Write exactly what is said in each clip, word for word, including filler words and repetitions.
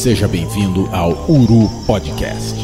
Seja bem-vindo ao Uru Podcast.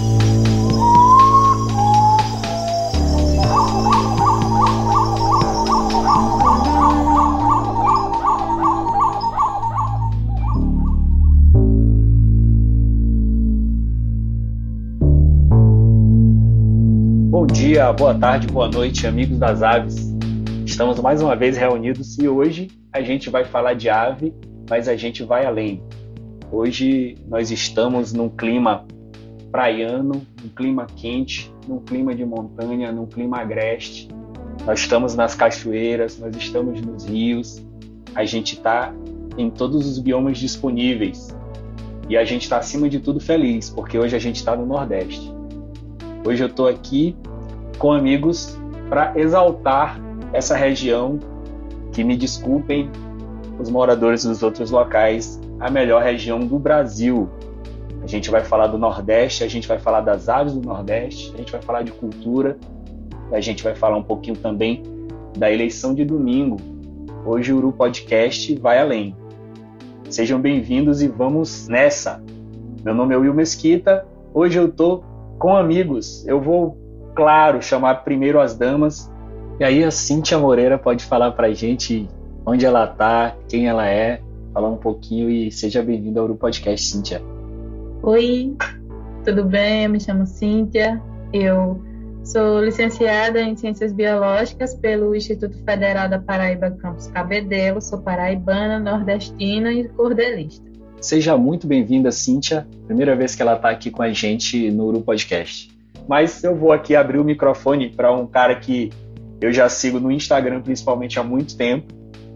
Bom dia, boa tarde, boa noite, amigos das aves. Estamos mais uma vez reunidos e hoje a gente vai falar de ave, mas a gente vai além. Hoje nós estamos num clima praiano, num clima quente, num clima de montanha, num clima agreste. Nós estamos nas cachoeiras, nós estamos nos rios, a gente está em todos os biomas disponíveis e a gente está acima de tudo feliz, porque hoje a gente está no Nordeste. Hoje eu estou aqui com amigos para exaltar essa região, que me desculpem os moradores dos outros locais, a melhor região do Brasil. A gente vai falar do Nordeste, a gente vai falar das aves do Nordeste, a gente vai falar de cultura, a gente vai falar um pouquinho também da eleição de domingo. Hoje o Uru Podcast vai além. Sejam bem-vindos e vamos nessa. Meu nome é Will Mesquita, hoje eu tô com amigos. Eu vou, claro, chamar primeiro as damas, e aí a Cíntia Moreira pode falar pra gente onde ela tá, quem ela é, falar um pouquinho e seja bem-vinda ao Uru Podcast, Cíntia. Oi, tudo bem? Eu me chamo Cíntia, eu sou licenciada em Ciências Biológicas pelo Instituto Federal da Paraíba, Campus Cabedelo, sou paraibana, nordestina e cordelista. Seja muito bem-vinda, Cíntia, primeira vez que ela está aqui com a gente no Uru Podcast. Mas eu vou aqui abrir o microfone para um cara que eu já sigo no Instagram, principalmente há muito tempo,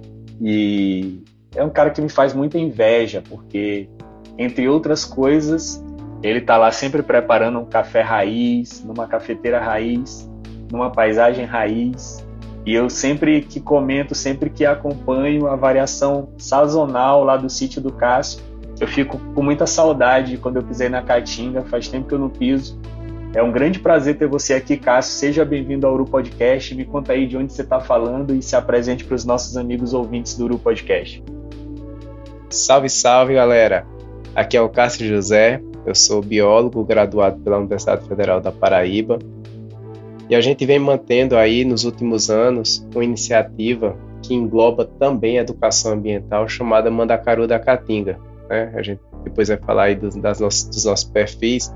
e é um cara que me faz muita inveja, porque, entre outras coisas, ele está lá sempre preparando um café raiz, numa cafeteira raiz, numa paisagem raiz, e eu sempre que comento, sempre que acompanho a variação sazonal lá do sítio do Cássio, eu fico com muita saudade quando eu pisei na Caatinga, faz tempo que eu não piso. É um grande prazer ter você aqui, Cássio. Seja bem-vindo ao Uru Podcast. Me conta aí de onde você está falando e se apresente para os nossos amigos ouvintes do Uru Podcast. Salve, salve, galera. Aqui é o Cássio José. Eu sou biólogo graduado pela Universidade Federal da Paraíba. E a gente vem mantendo aí nos últimos anos uma iniciativa que engloba também a educação ambiental chamada Mandacaru da Caatinga. Né? A gente depois vai falar aí dos, das nossos, dos nossos perfis.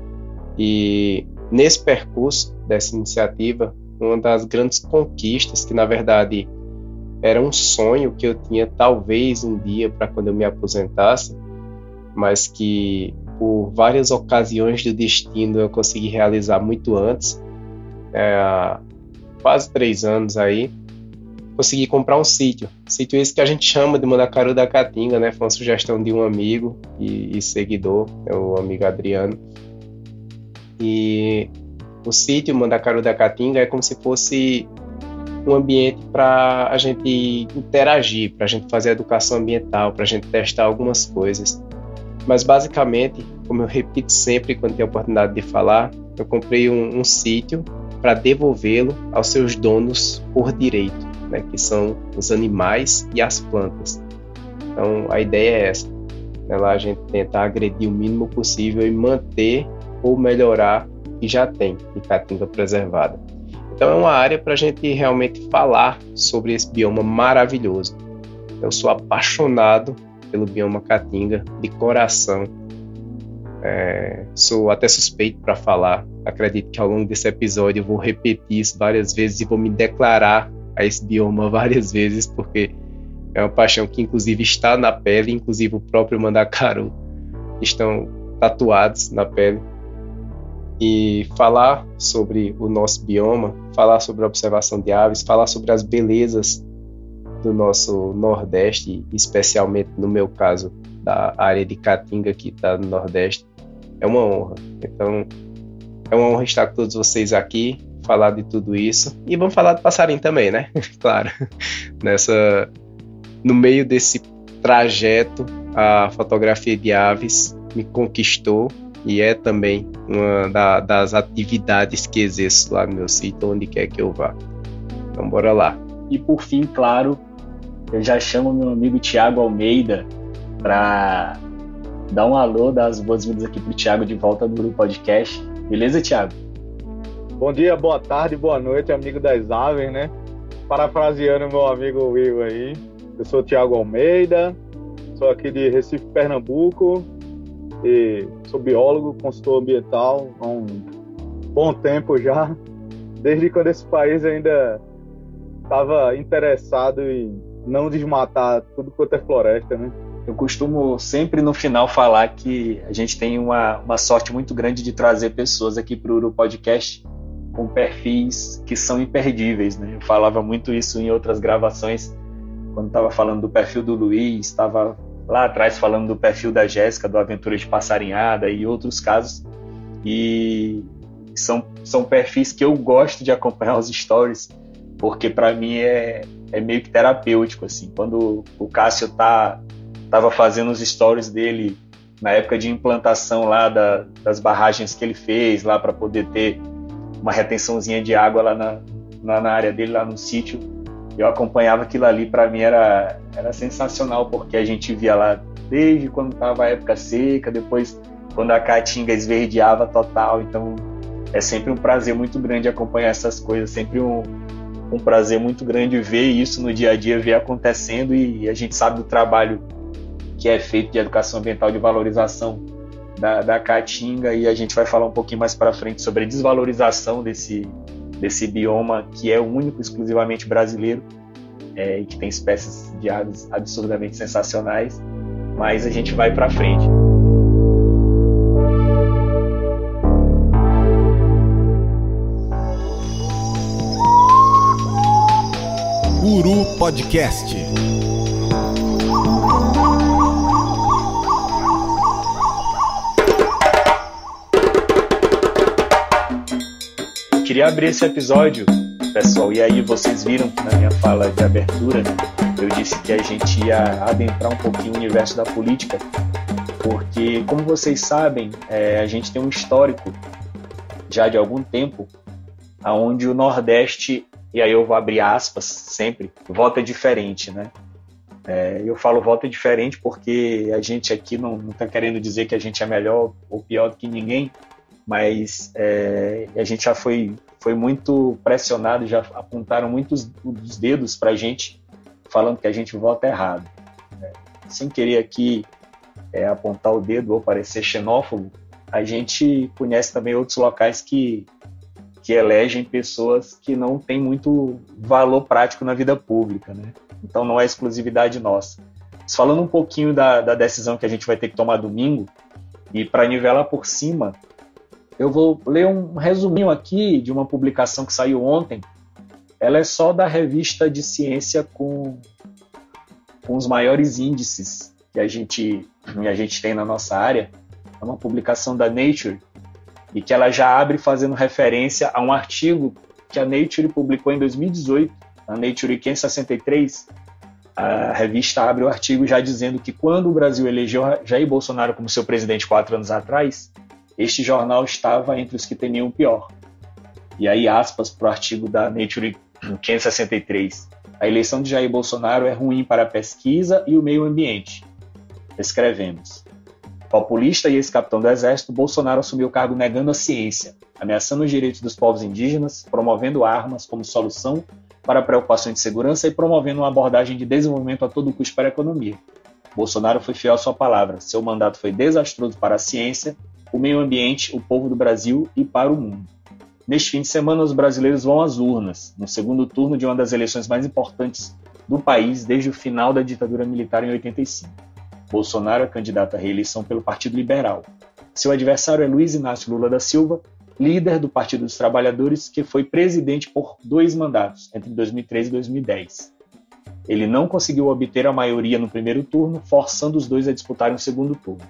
E nesse percurso dessa iniciativa, uma das grandes conquistas, que na verdade era um sonho que eu tinha talvez um dia para quando eu me aposentasse, mas que por várias ocasiões do destino eu consegui realizar muito antes, é, há quase três anos aí, consegui comprar um sítio. Sítio esse que a gente chama de Mandacaru da Caatinga, né? Foi uma sugestão de um amigo e, e seguidor, é o amigo Adriano. E o sítio Mandacaru da Caatinga é como se fosse um ambiente para a gente interagir, para a gente fazer educação ambiental, para a gente testar algumas coisas. Mas basicamente, como eu repito sempre quando tenho a oportunidade de falar, eu comprei um, um sítio para devolvê-lo aos seus donos por direito, né, que são os animais e as plantas. Então a ideia é essa, né, lá a gente tentar agredir o mínimo possível e manter ou melhorar o que já tem de caatinga preservada. Então é uma área para a gente realmente falar sobre esse bioma maravilhoso. Eu sou apaixonado pelo bioma caatinga de coração. É, sou até suspeito para falar. Acredito que ao longo desse episódio eu vou repetir isso várias vezes e vou me declarar a esse bioma várias vezes, porque é uma paixão que inclusive está na pele, inclusive o próprio Mandacaru estão tatuados na pele. E falar sobre o nosso bioma, falar sobre a observação de aves, falar sobre as belezas do nosso Nordeste, especialmente no meu caso, da área de Caatinga que está no Nordeste, é uma honra. Então, é uma honra estar com todos vocês aqui, falar de tudo isso. E vamos falar de passarinho também, né? Claro. Nessa, no meio desse trajeto, a fotografia de aves me conquistou e é também uma da, das atividades que exerço lá no meu sítio, onde quer que eu vá. Então, bora lá. E por fim, claro, eu já chamo meu amigo Tiago Almeida para Dá um alô, dá as boas-vindas aqui pro Thiago de volta do Uru Podcast. Beleza, Thiago? Bom dia, boa tarde, boa noite, amigo das aves, né? Parafraseando meu amigo Will aí, eu sou o Thiago Almeida, sou aqui de Recife, Pernambuco, e sou biólogo, consultor ambiental há um bom tempo já, desde quando esse país ainda estava interessado em não desmatar tudo quanto é floresta, né? Eu costumo sempre no final falar que a gente tem uma, uma sorte muito grande de trazer pessoas aqui para o Uru Podcast com perfis que são imperdíveis, né? Eu falava muito isso em outras gravações, quando estava falando do perfil do Luiz, estava lá atrás falando do perfil da Jéssica, do Aventura de Passarinhada e outros casos. E são, são perfis que eu gosto de acompanhar os stories, porque para mim é, é meio que terapêutico, assim. Quando o Cássio tá, tava fazendo os stories dele na época de implantação lá da, das barragens que ele fez, lá para poder ter uma retençãozinha de água lá na, na, na área dele, lá no sítio, eu acompanhava aquilo ali, para mim era, era sensacional, porque a gente via lá desde quando estava a época seca, depois quando a caatinga esverdeava total. Então é sempre um prazer muito grande acompanhar essas coisas, sempre um, um prazer muito grande ver isso no dia a dia, ver acontecendo, e a gente sabe do trabalho que é feito de educação ambiental, de valorização da, da caatinga, e a gente vai falar um pouquinho mais para frente sobre a desvalorização desse, desse bioma que é único, exclusivamente brasileiro, é, e que tem espécies de aves absurdamente sensacionais, mas a gente vai para frente. Uru Podcast. Queria abrir esse episódio, pessoal, e aí vocês viram que na minha fala de abertura eu disse que a gente ia adentrar um pouquinho o universo da política, porque, como vocês sabem, é, a gente tem um histórico já de algum tempo onde o Nordeste, e aí eu vou abrir aspas sempre, vota diferente, né? É, eu falo vota diferente porque a gente aqui não está querendo dizer que a gente é melhor ou pior do que ninguém, mas é, a gente já foi, foi muito pressionado, já apontaram muitos os dedos para a gente, falando que a gente vota errado. Né? Sem querer aqui é, apontar o dedo ou parecer xenófobo, a gente conhece também outros locais que, que elegem pessoas que não têm muito valor prático na vida pública, né? Então não é exclusividade nossa. Mas falando um pouquinho da, da decisão que a gente vai ter que tomar domingo, e para nivelar por cima, eu vou ler um resuminho aqui de uma publicação que saiu ontem. Ela é só da revista de ciência com, com os maiores índices que a gente, que a gente tem na nossa área. É uma publicação da Nature, e que ela já abre fazendo referência a um artigo que a Nature publicou em dois mil e dezoito, a Nature quinhentos e sessenta e três. A revista abre o artigo já dizendo que quando o Brasil elegeu Jair Bolsonaro como seu presidente quatro anos atrás, este jornal estava entre os que temiam o pior. E aí, aspas para o artigo da Nature quinhentos e sessenta e três. A eleição de Jair Bolsonaro é ruim para a pesquisa e o meio ambiente. Escrevemos. Populista e ex-capitão do Exército, Bolsonaro assumiu o cargo negando a ciência, ameaçando os direitos dos povos indígenas, promovendo armas como solução para preocupações de segurança e promovendo uma abordagem de desenvolvimento a todo custo para a economia. Bolsonaro foi fiel à sua palavra. Seu mandato foi desastroso para a ciência, o meio ambiente, o povo do Brasil e para o mundo. Neste fim de semana, os brasileiros vão às urnas, no segundo turno de uma das eleições mais importantes do país desde o final da ditadura militar em oitenta e cinco. Bolsonaro é candidato à reeleição pelo Partido Liberal. Seu adversário é Luiz Inácio Lula da Silva, líder do Partido dos Trabalhadores, que foi presidente por dois mandatos, entre dois mil e treze e dois mil e dez. Ele não conseguiu obter a maioria no primeiro turno, forçando os dois a disputarem o segundo turno.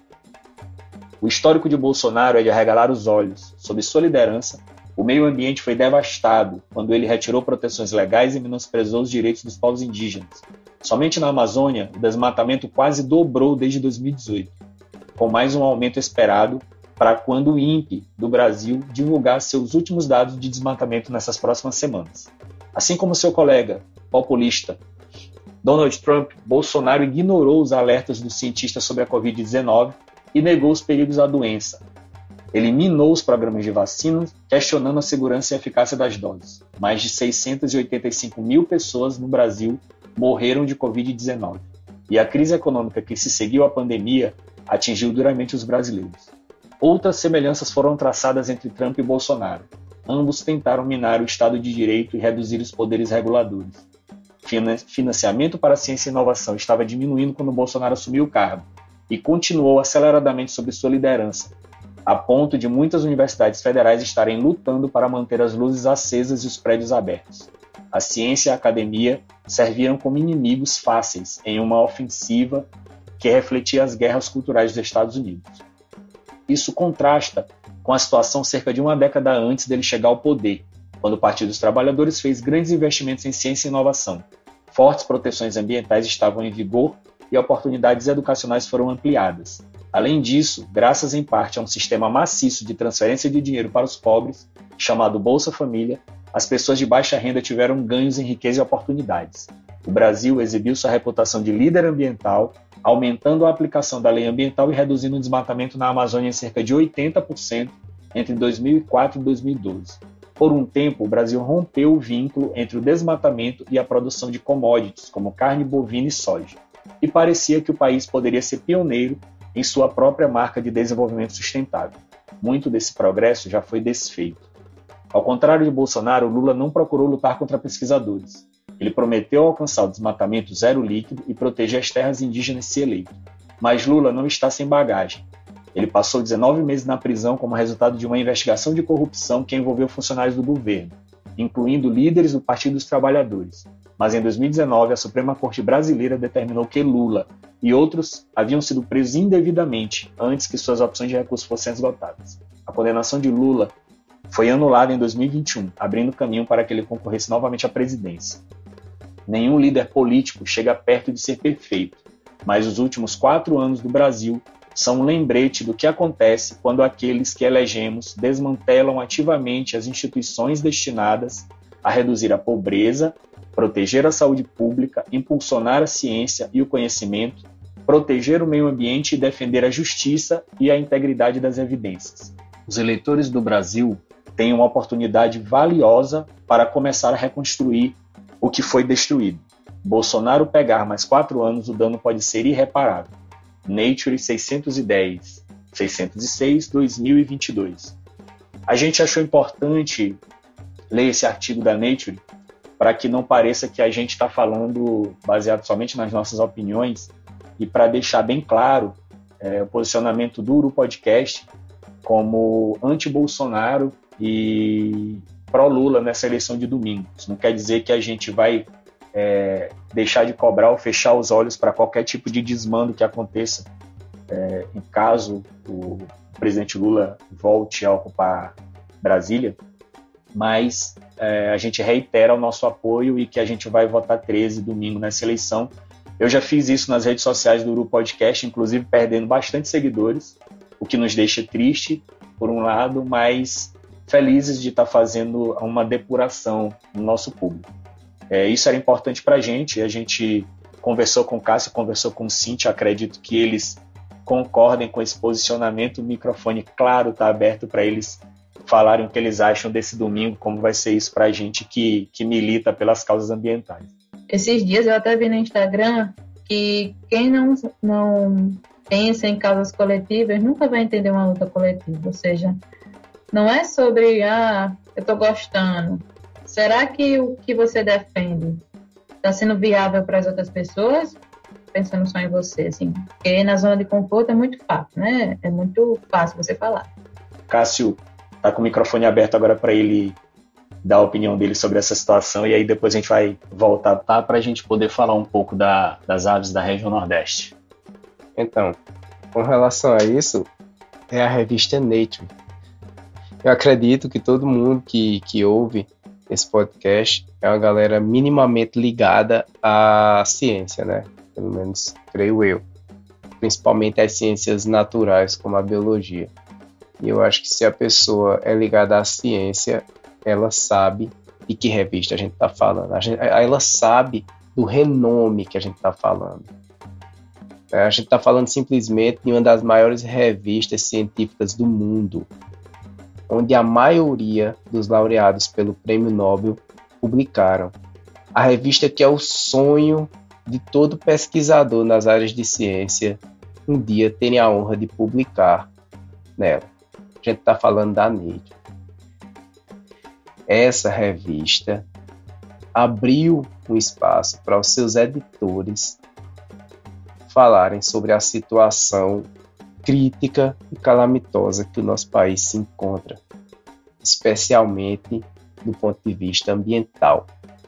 O histórico de Bolsonaro é de arregalar os olhos. Sob sua liderança, o meio ambiente foi devastado quando ele retirou proteções legais e menosprezou os direitos dos povos indígenas. Somente na Amazônia, o desmatamento quase dobrou desde dois mil e dezoito, com mais um aumento esperado para quando o INPE do Brasil divulgar seus últimos dados de desmatamento nessas próximas semanas. Assim como seu colega populista Donald Trump, Bolsonaro ignorou os alertas dos cientistas sobre a covid dezenove e negou os perigos da doença. Ele minou os programas de vacina, questionando a segurança e a eficácia das doses. Mais de seiscentas e oitenta e cinco mil pessoas no Brasil morreram de covid dezenove. E a crise econômica que se seguiu à pandemia atingiu duramente os brasileiros. Outras semelhanças foram traçadas entre Trump e Bolsonaro. Ambos tentaram minar o Estado de Direito e reduzir os poderes reguladores. Financiamento para a ciência e inovação estava diminuindo quando Bolsonaro assumiu o cargo e continuou aceleradamente sob sua liderança, a ponto de muitas universidades federais estarem lutando para manter as luzes acesas e os prédios abertos. A ciência e a academia serviram como inimigos fáceis em uma ofensiva que refletia as guerras culturais dos Estados Unidos. Isso contrasta com a situação cerca de uma década antes dele chegar ao poder, quando o Partido dos Trabalhadores fez grandes investimentos em ciência e inovação. Fortes proteções ambientais estavam em vigor e oportunidades educacionais foram ampliadas. Além disso, graças em parte a um sistema maciço de transferência de dinheiro para os pobres, chamado Bolsa Família, as pessoas de baixa renda tiveram ganhos em riqueza e oportunidades. O Brasil exibiu sua reputação de líder ambiental, aumentando a aplicação da lei ambiental e reduzindo o desmatamento na Amazônia em cerca de oitenta por cento entre dois mil e quatro e dois mil e doze. Por um tempo, o Brasil rompeu o vínculo entre o desmatamento e a produção de commodities, como carne bovina e soja. E parecia que o país poderia ser pioneiro em sua própria marca de desenvolvimento sustentável. Muito desse progresso já foi desfeito. Ao contrário de Bolsonaro, Lula não procurou lutar contra pesquisadores. Ele prometeu alcançar o desmatamento zero líquido e proteger as terras indígenas se eleito. Mas Lula não está sem bagagem. Ele passou dezenove meses na prisão como resultado de uma investigação de corrupção que envolveu funcionários do governo, incluindo líderes do Partido dos Trabalhadores. Mas em dois mil e dezenove, a Suprema Corte Brasileira determinou que Lula e outros haviam sido presos indevidamente antes que suas opções de recurso fossem esgotadas. A condenação de Lula foi anulada em dois mil e vinte e um, abrindo caminho para que ele concorresse novamente à presidência. Nenhum líder político chega perto de ser perfeito, mas os últimos quatro anos do Brasil são um lembrete do que acontece quando aqueles que elegemos desmantelam ativamente as instituições destinadas a reduzir a pobreza, proteger a saúde pública, impulsionar a ciência e o conhecimento, proteger o meio ambiente e defender a justiça e a integridade das evidências. Os eleitores do Brasil têm uma oportunidade valiosa para começar a reconstruir o que foi destruído. Bolsonaro pegar mais quatro anos, o dano pode ser irreparável. Nature seiscentos e dez, seiscentos e seis, dois mil e vinte e dois. A gente achou importante ler esse artigo da Nature para que não pareça que a gente está falando baseado somente nas nossas opiniões e para deixar bem claro é, o posicionamento do Uru Podcast como anti-Bolsonaro e pró-Lula nessa eleição de domingo. Isso não quer dizer que a gente vai é, deixar de cobrar ou fechar os olhos para qualquer tipo de desmando que aconteça é, em caso o presidente Lula volte a ocupar Brasília, mas é, a gente reitera o nosso apoio e que a gente vai votar treze domingo nessa eleição. Eu já fiz isso nas redes sociais do Uru Podcast, inclusive perdendo bastante seguidores, o que nos deixa triste, por um lado, mas felizes de estar fazendo uma depuração no nosso público. É, isso era importante para a gente, a gente conversou com o Cássio, conversou com o Cíntia, acredito que eles concordem com esse posicionamento, o microfone, claro, está aberto para eles falarem o que eles acham desse domingo, como vai ser isso para a gente que, que milita pelas causas ambientais. Esses dias eu até vi no Instagram que quem não, não pensa em causas coletivas nunca vai entender uma luta coletiva, ou seja, não é sobre, ah, eu estou gostando. Será que o que você defende está sendo viável para as outras pessoas? Pensando só em você, assim. Porque na zona de conforto é muito fácil, né? É muito fácil você falar. Cássio está com o microfone aberto agora para ele dar a opinião dele sobre essa situação e aí depois a gente vai voltar, tá? Para a gente poder falar um pouco da, das aves da região Nordeste. Então, com relação a isso, é a revista Nature. Eu acredito que todo mundo que, que ouve esse podcast é uma galera minimamente ligada à ciência, né? Pelo menos creio eu. Principalmente às ciências naturais, como a biologia. E eu acho que se a pessoa é ligada à ciência, ela sabe de que revista a gente está falando. A gente, ela sabe do renome que a gente está falando. A gente está falando simplesmente de uma das maiores revistas científicas do mundo, onde a maioria dos laureados pelo Prêmio Nobel publicaram. A revista que é o sonho de todo pesquisador nas áreas de ciência um dia terem a honra de publicar nela. A gente está falando da Nature. Essa revista abriu um espaço para os seus editores falarem sobre a situação crítica e calamitosa que o nosso país se encontra, especialmente do ponto de vista ambiental.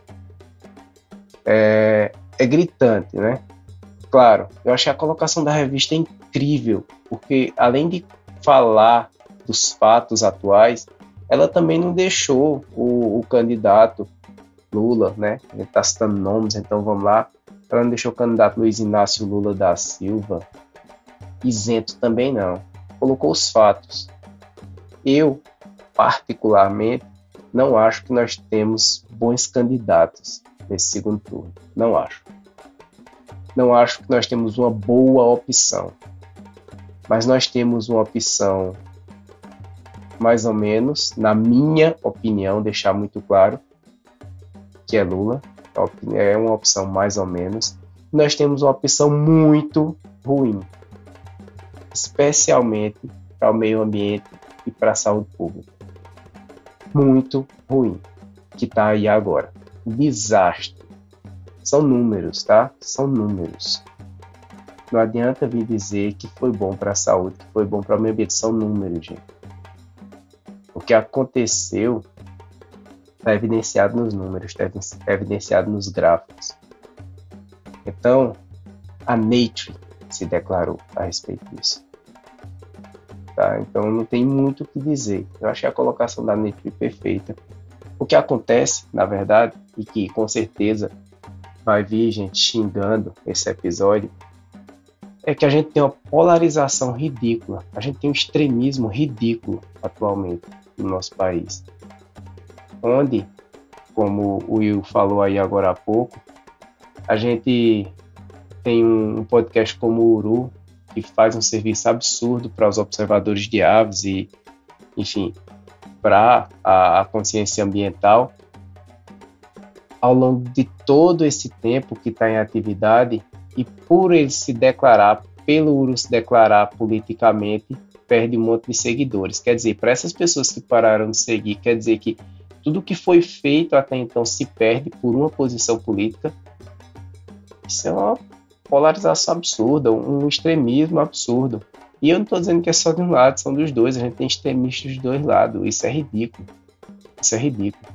É, é gritante, né? Claro, eu achei a colocação da revista incrível, porque além de falar dos fatos atuais, ela também não deixou o, o candidato Lula, né? A gente está citando nomes, então vamos lá. Ela não deixou o candidato Luiz Inácio Lula da Silva isento também não. Colocou os fatos. Eu, particularmente, não acho que nós temos bons candidatos nesse segundo turno. Não acho. Não acho que nós temos uma boa opção. Mas nós temos uma opção, mais ou menos, na minha opinião, deixar muito claro, que é Lula. É uma opção mais ou menos. Nós temos uma opção muito ruim, especialmente para o meio ambiente e para a saúde pública. Muito ruim, que está aí agora. Desastre. São números, tá? São números. Não adianta vir dizer que foi bom para a saúde, que foi bom para o meio ambiente. São números, gente. O que aconteceu está evidenciado nos números, está evidenciado nos gráficos. Então, a Nature se declarou a respeito disso. Tá? Então, não tem muito o que dizer. Eu achei a colocação da Nature perfeita. O que acontece, na verdade, e que com certeza vai vir gente xingando esse episódio, é que a gente tem uma polarização ridícula, a gente tem um extremismo ridículo atualmente no nosso país. Onde, como o Will falou aí agora há pouco, a gente tem um podcast como o Uru, que faz um serviço absurdo para os observadores de aves e, enfim, para a, a consciência ambiental. Ao longo de todo esse tempo que está em atividade, e por ele se declarar, pelo Uru se declarar politicamente, perde um monte de seguidores. Quer dizer, para essas pessoas que pararam de seguir, quer dizer que tudo que foi feito até então se perde por uma posição política. Isso é uma polarização absurda, um extremismo absurdo. E eu não estou dizendo que é só de um lado, são dos dois. A gente tem extremistas dos dois lados. Isso é ridículo. Isso é ridículo.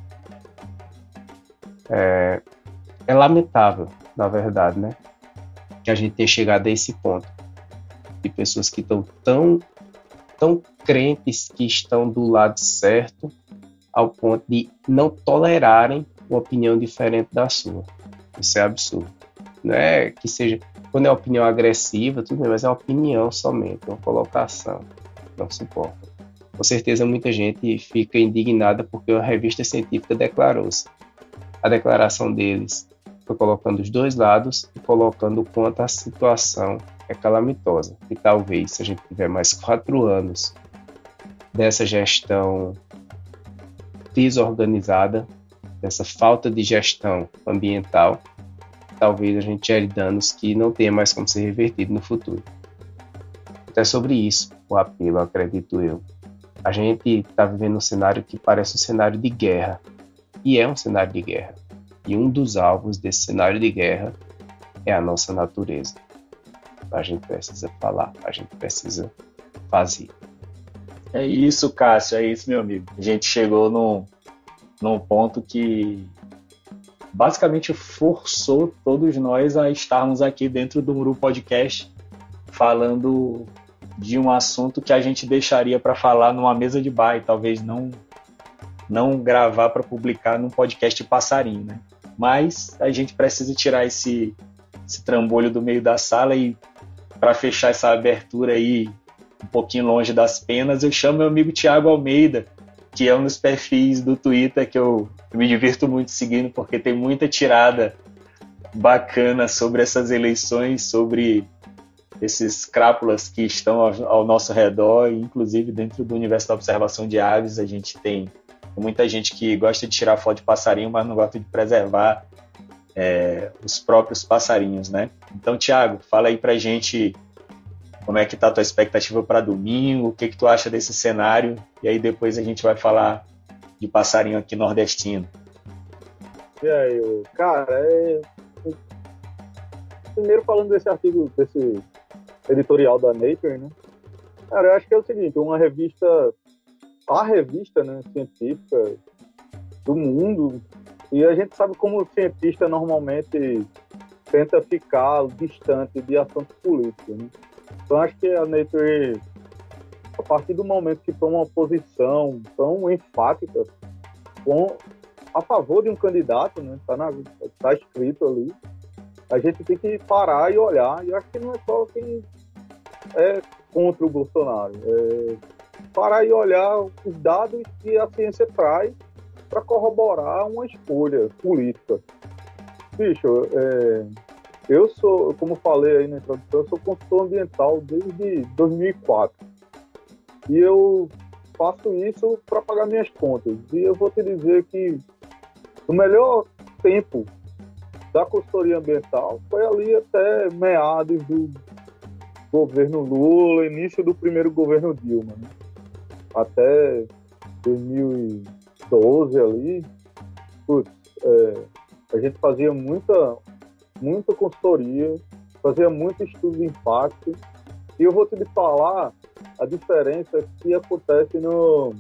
É, é lamentável, na verdade, né? Que a gente tenha chegado a esse ponto. De pessoas que estão tão, tão crentes que estão do lado certo, ao ponto de não tolerarem uma opinião diferente da sua. Isso é absurdo. Não é que seja, quando é opinião agressiva, tudo bem, mas é uma opinião somente, uma colocação. Não se importa. Com certeza muita gente fica indignada porque uma revista científica declarou-se. A declaração deles foi colocando os dois lados e colocando o quanto a situação é calamitosa. E talvez, se a gente tiver mais quatro anos dessa gestão desorganizada, dessa falta de gestão ambiental, talvez a gente gere danos que não tenha mais como ser revertido no futuro. Até sobre isso, o apelo, acredito eu. A gente está vivendo um cenário que parece um cenário de guerra, e é um cenário de guerra. E um dos alvos desse cenário de guerra é a nossa natureza. A gente precisa falar, a gente precisa fazer. É isso, Cássio, é isso, meu amigo. A gente chegou num, num ponto que basicamente forçou todos nós a estarmos aqui dentro do Uru Podcast falando de um assunto que a gente deixaria para falar numa mesa de bar e talvez não, não gravar para publicar num podcast de passarinho, né? Mas a gente precisa tirar esse, esse trambolho do meio da sala e para fechar essa abertura aí um pouquinho longe das penas, eu chamo meu amigo Thiago Almeida, que é um dos perfis do Twitter que eu, eu me divirto muito seguindo, porque tem muita tirada bacana sobre essas eleições, sobre esses crápulas que estão ao, ao nosso redor, inclusive dentro do universo da observação de aves, a gente tem muita gente que gosta de tirar foto de passarinho, mas não gosta de preservar é, os próprios passarinhos, né? Então, Thiago, fala aí pra gente como é que tá a tua expectativa para domingo, o que que tu acha desse cenário, e aí depois a gente vai falar de passarinho aqui nordestino. E aí, cara, é... primeiro falando desse artigo, desse editorial da Nature, né? Cara, eu acho que é o seguinte, uma revista, a revista, né, científica do mundo, e a gente sabe como o cientista normalmente tenta ficar distante de assuntos políticos, né? Então acho que a Nature, a partir do momento que toma uma posição tão enfática com, a favor de um candidato, né, tá, na, tá escrito ali, a gente tem que parar e olhar, e eu acho que não é só quem é contra o Bolsonaro, é parar e olhar os dados que a ciência traz para corroborar uma escolha política. Bicho, é, eu sou, como falei aí na introdução, eu sou consultor ambiental desde dois mil e quatro, e eu faço isso para pagar minhas contas, e eu vou te dizer que o melhor tempo da consultoria ambiental foi ali até meados do governo Lula, início do primeiro governo Dilma, né? Até dois mil e doze ali, putz, é, a gente fazia muita, muita consultoria, fazia muito estudo de impacto, e eu vou te falar a diferença que acontece no,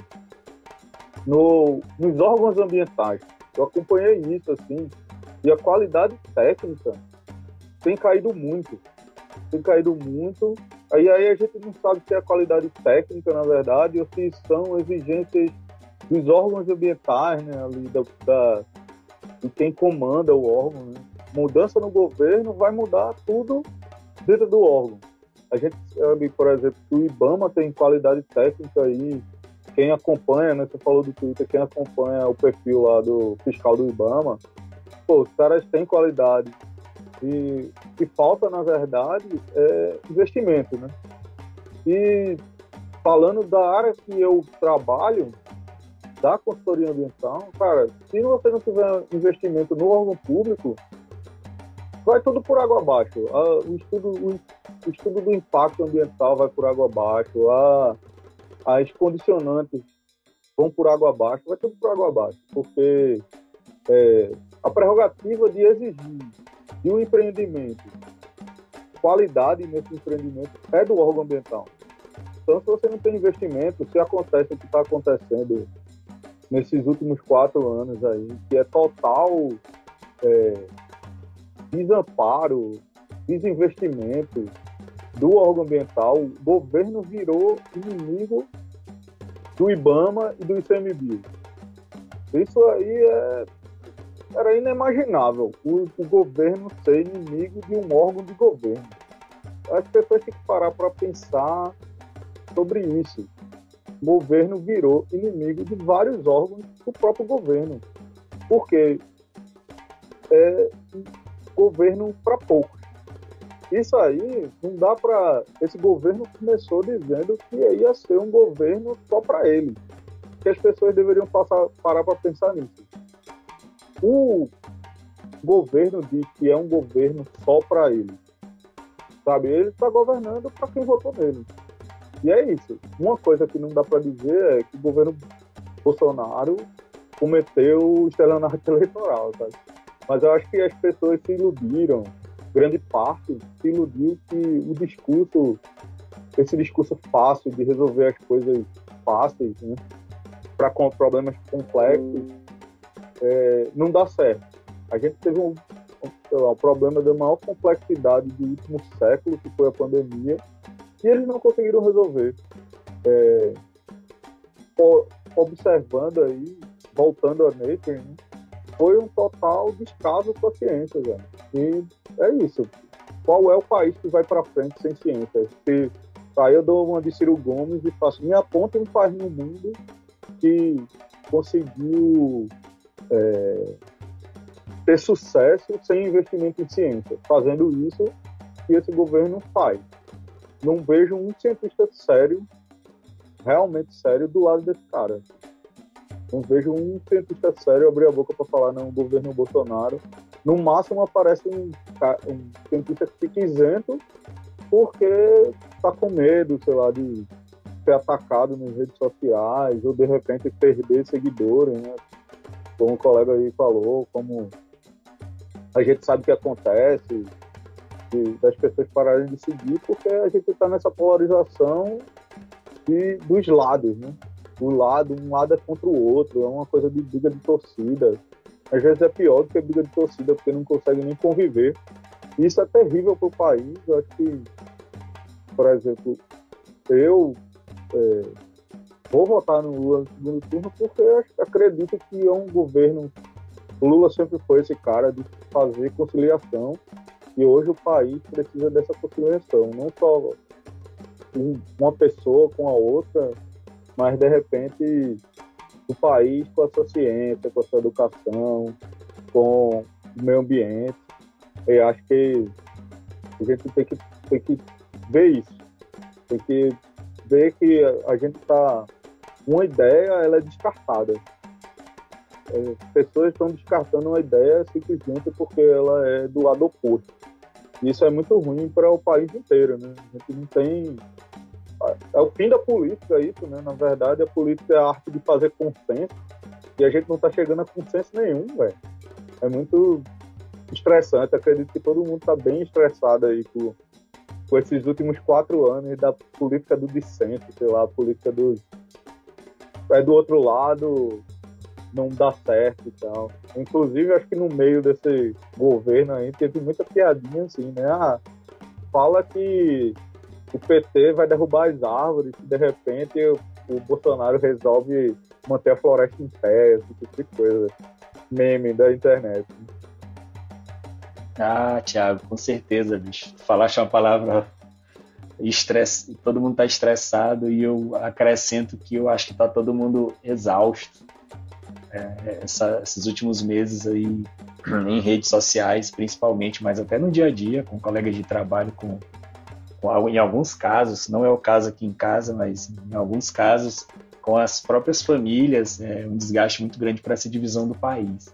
no, nos órgãos ambientais. Eu acompanhei isso, assim, e a qualidade técnica tem caído muito. Tem caído muito. Aí, aí a gente não sabe se é a qualidade técnica, na verdade, ou se são exigências dos órgãos ambientais, né, ali da, da, de quem comanda o órgão, né? Mudança no governo vai mudar tudo dentro do órgão. A gente sabe, por exemplo, que o IBAMA tem qualidade técnica aí. Quem acompanha, né, você falou do Twitter, quem acompanha o perfil lá do fiscal do IBAMA, pô, os caras têm qualidade. E o que falta, na verdade, é investimento, né? E falando da área que eu trabalho, da consultoria ambiental, cara, se você não tiver investimento no órgão público, vai tudo por água abaixo. O estudo, o estudo do impacto ambiental vai por água abaixo, a, as condicionantes vão por água abaixo, vai tudo por água abaixo, porque é, a prerrogativa de exigir de um empreendimento, qualidade nesse empreendimento é do órgão ambiental. Então, se você não tem investimento, se acontece o que está acontecendo nesses últimos quatro anos aí, que é total é, desamparo, desinvestimento do órgão ambiental, o governo virou inimigo do IBAMA e do I C M B I. Isso aí é era inimaginável, o, o governo ser inimigo de um órgão de governo. As pessoas têm que parar para pensar sobre isso. O governo virou inimigo de vários órgãos do próprio governo. Porque é governo para poucos. Isso aí não dá para... Esse governo começou dizendo que ia ser um governo só para ele. Que as pessoas deveriam passar, parar para pensar nisso. O governo diz que é um governo só para ele. Sabe? Ele está governando para quem votou nele. E é isso. Uma coisa que não dá para dizer é que o governo Bolsonaro cometeu estelionato eleitoral, sabe? Mas eu acho que as pessoas se iludiram, grande parte se iludiu que o discurso, esse discurso fácil de resolver as coisas fáceis, né, para problemas complexos, é, não dá certo. A gente teve um, um, lá, um problema da maior complexidade do último século, que foi a pandemia, e eles não conseguiram resolver. É, observando aí, voltando a Nature, né, foi um total descaso com a ciência, velho. E é isso. Qual é o país que vai para frente sem ciência? Se, aí eu dou uma de Ciro Gomes e faço, me aponta um país no mundo que conseguiu é, ter sucesso sem investimento em ciência. Fazendo isso, que esse governo faz. não vejo um cientista sério, realmente sério, do lado desse cara. Não vejo um cientista sério abrir a boca para falar não, governo Bolsonaro. No máximo aparece um, um cientista que fica isento porque está com medo, sei lá, de ser atacado nas redes sociais ou de repente perder seguidores, né? Como o colega aí falou, como a gente sabe que acontece, de, das pessoas pararem de seguir, porque a gente está nessa polarização de, dos lados, né? O lado, um lado é contra o outro, é uma coisa de briga de torcida. Às vezes é pior do que briga de torcida, porque não consegue nem conviver. E isso é terrível para o país. Eu acho que, por exemplo, eu é, vou votar no Lula no segundo turno porque eu acredito que é um governo. O Lula sempre foi esse cara de fazer conciliação, e hoje o país precisa dessa conciliação, não só uma pessoa com a outra, mas de repente o país com a sua ciência, com a sua educação, com o meio ambiente. Eu acho que a gente tem que, tem que ver isso, tem que ver que a gente está... Uma ideia, ela é descartada. É, pessoas estão descartando uma ideia simplesmente porque ela é do lado oposto. E isso é muito ruim para o país inteiro, né? A gente não tem... É o fim da política isso, né? Na verdade, a política é a arte de fazer consenso, e a gente não está chegando a consenso nenhum, velho. É muito estressante. Acredito que todo mundo está bem estressado aí com, com esses últimos quatro anos da política do dissenso, sei lá, a política do... É do outro lado, não dá certo e tal. Inclusive, acho que no meio desse governo aí teve muita piadinha assim, né? Ah, fala que o P T vai derrubar as árvores e de repente o, o Bolsonaro resolve manter a floresta em pé, esse tipo de coisa. Meme da internet. Ah, Thiago, com certeza, bicho. Tu falaste uma palavra estresse, todo mundo tá estressado, e eu acrescento que eu acho que tá todo mundo exausto. É, essa, esses últimos meses aí em redes sociais, principalmente, mas até no dia a dia, com colegas de trabalho, com, com em alguns casos, não é o caso aqui em casa, mas em alguns casos com as próprias famílias, é um desgaste muito grande para essa divisão do país.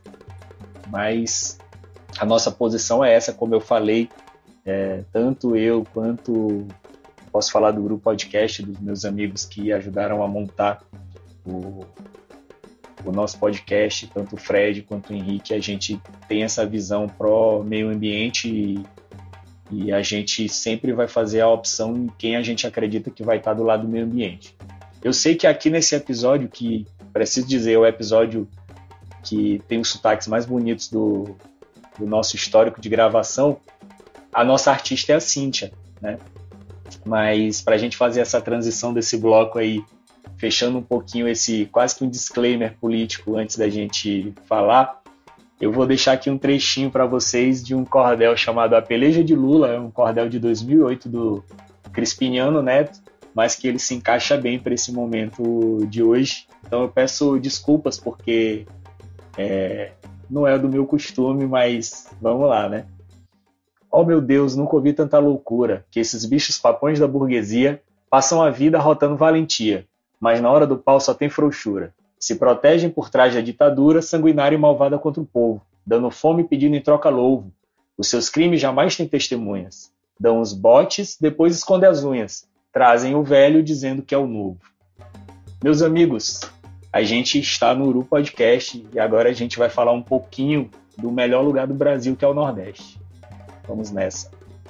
Mas a nossa posição é essa, como eu falei, é, tanto eu quanto posso falar do grupo podcast dos meus amigos que ajudaram a montar o, o nosso podcast, tanto o Fred quanto o Henrique, a gente tem essa visão pró meio ambiente e, e a gente sempre vai fazer a opção em quem a gente acredita que vai estar do lado do meio ambiente. Eu sei que aqui nesse episódio, que preciso dizer, é o episódio que tem os sotaques mais bonitos do, do nosso histórico de gravação, a nossa artista é a Cíntia, né? Mas para a gente fazer essa transição desse bloco aí, fechando um pouquinho esse quase que um disclaimer político antes da gente falar, eu vou deixar aqui um trechinho para vocês de um cordel chamado A Peleja de Lula, é um cordel de dois mil e oito do Crispiniano Neto, mas que ele se encaixa bem para esse momento de hoje. Então eu peço desculpas porque é, não é do meu costume, mas vamos lá, né? Oh meu Deus, nunca ouvi tanta loucura, que esses bichos papões da burguesia passam a vida rotando valentia, mas na hora do pau só tem frouxura. Se protegem por trás da ditadura, sanguinária e malvada contra o povo, dando fome e pedindo em troca louvo. Os seus crimes jamais têm testemunhas. Dão os botes, depois escondem as unhas. Trazem o velho dizendo que é o novo. Meus amigos, a gente está no Uru Podcast e agora a gente vai falar um pouquinho do melhor lugar do Brasil, que é o Nordeste. Vamos nessa.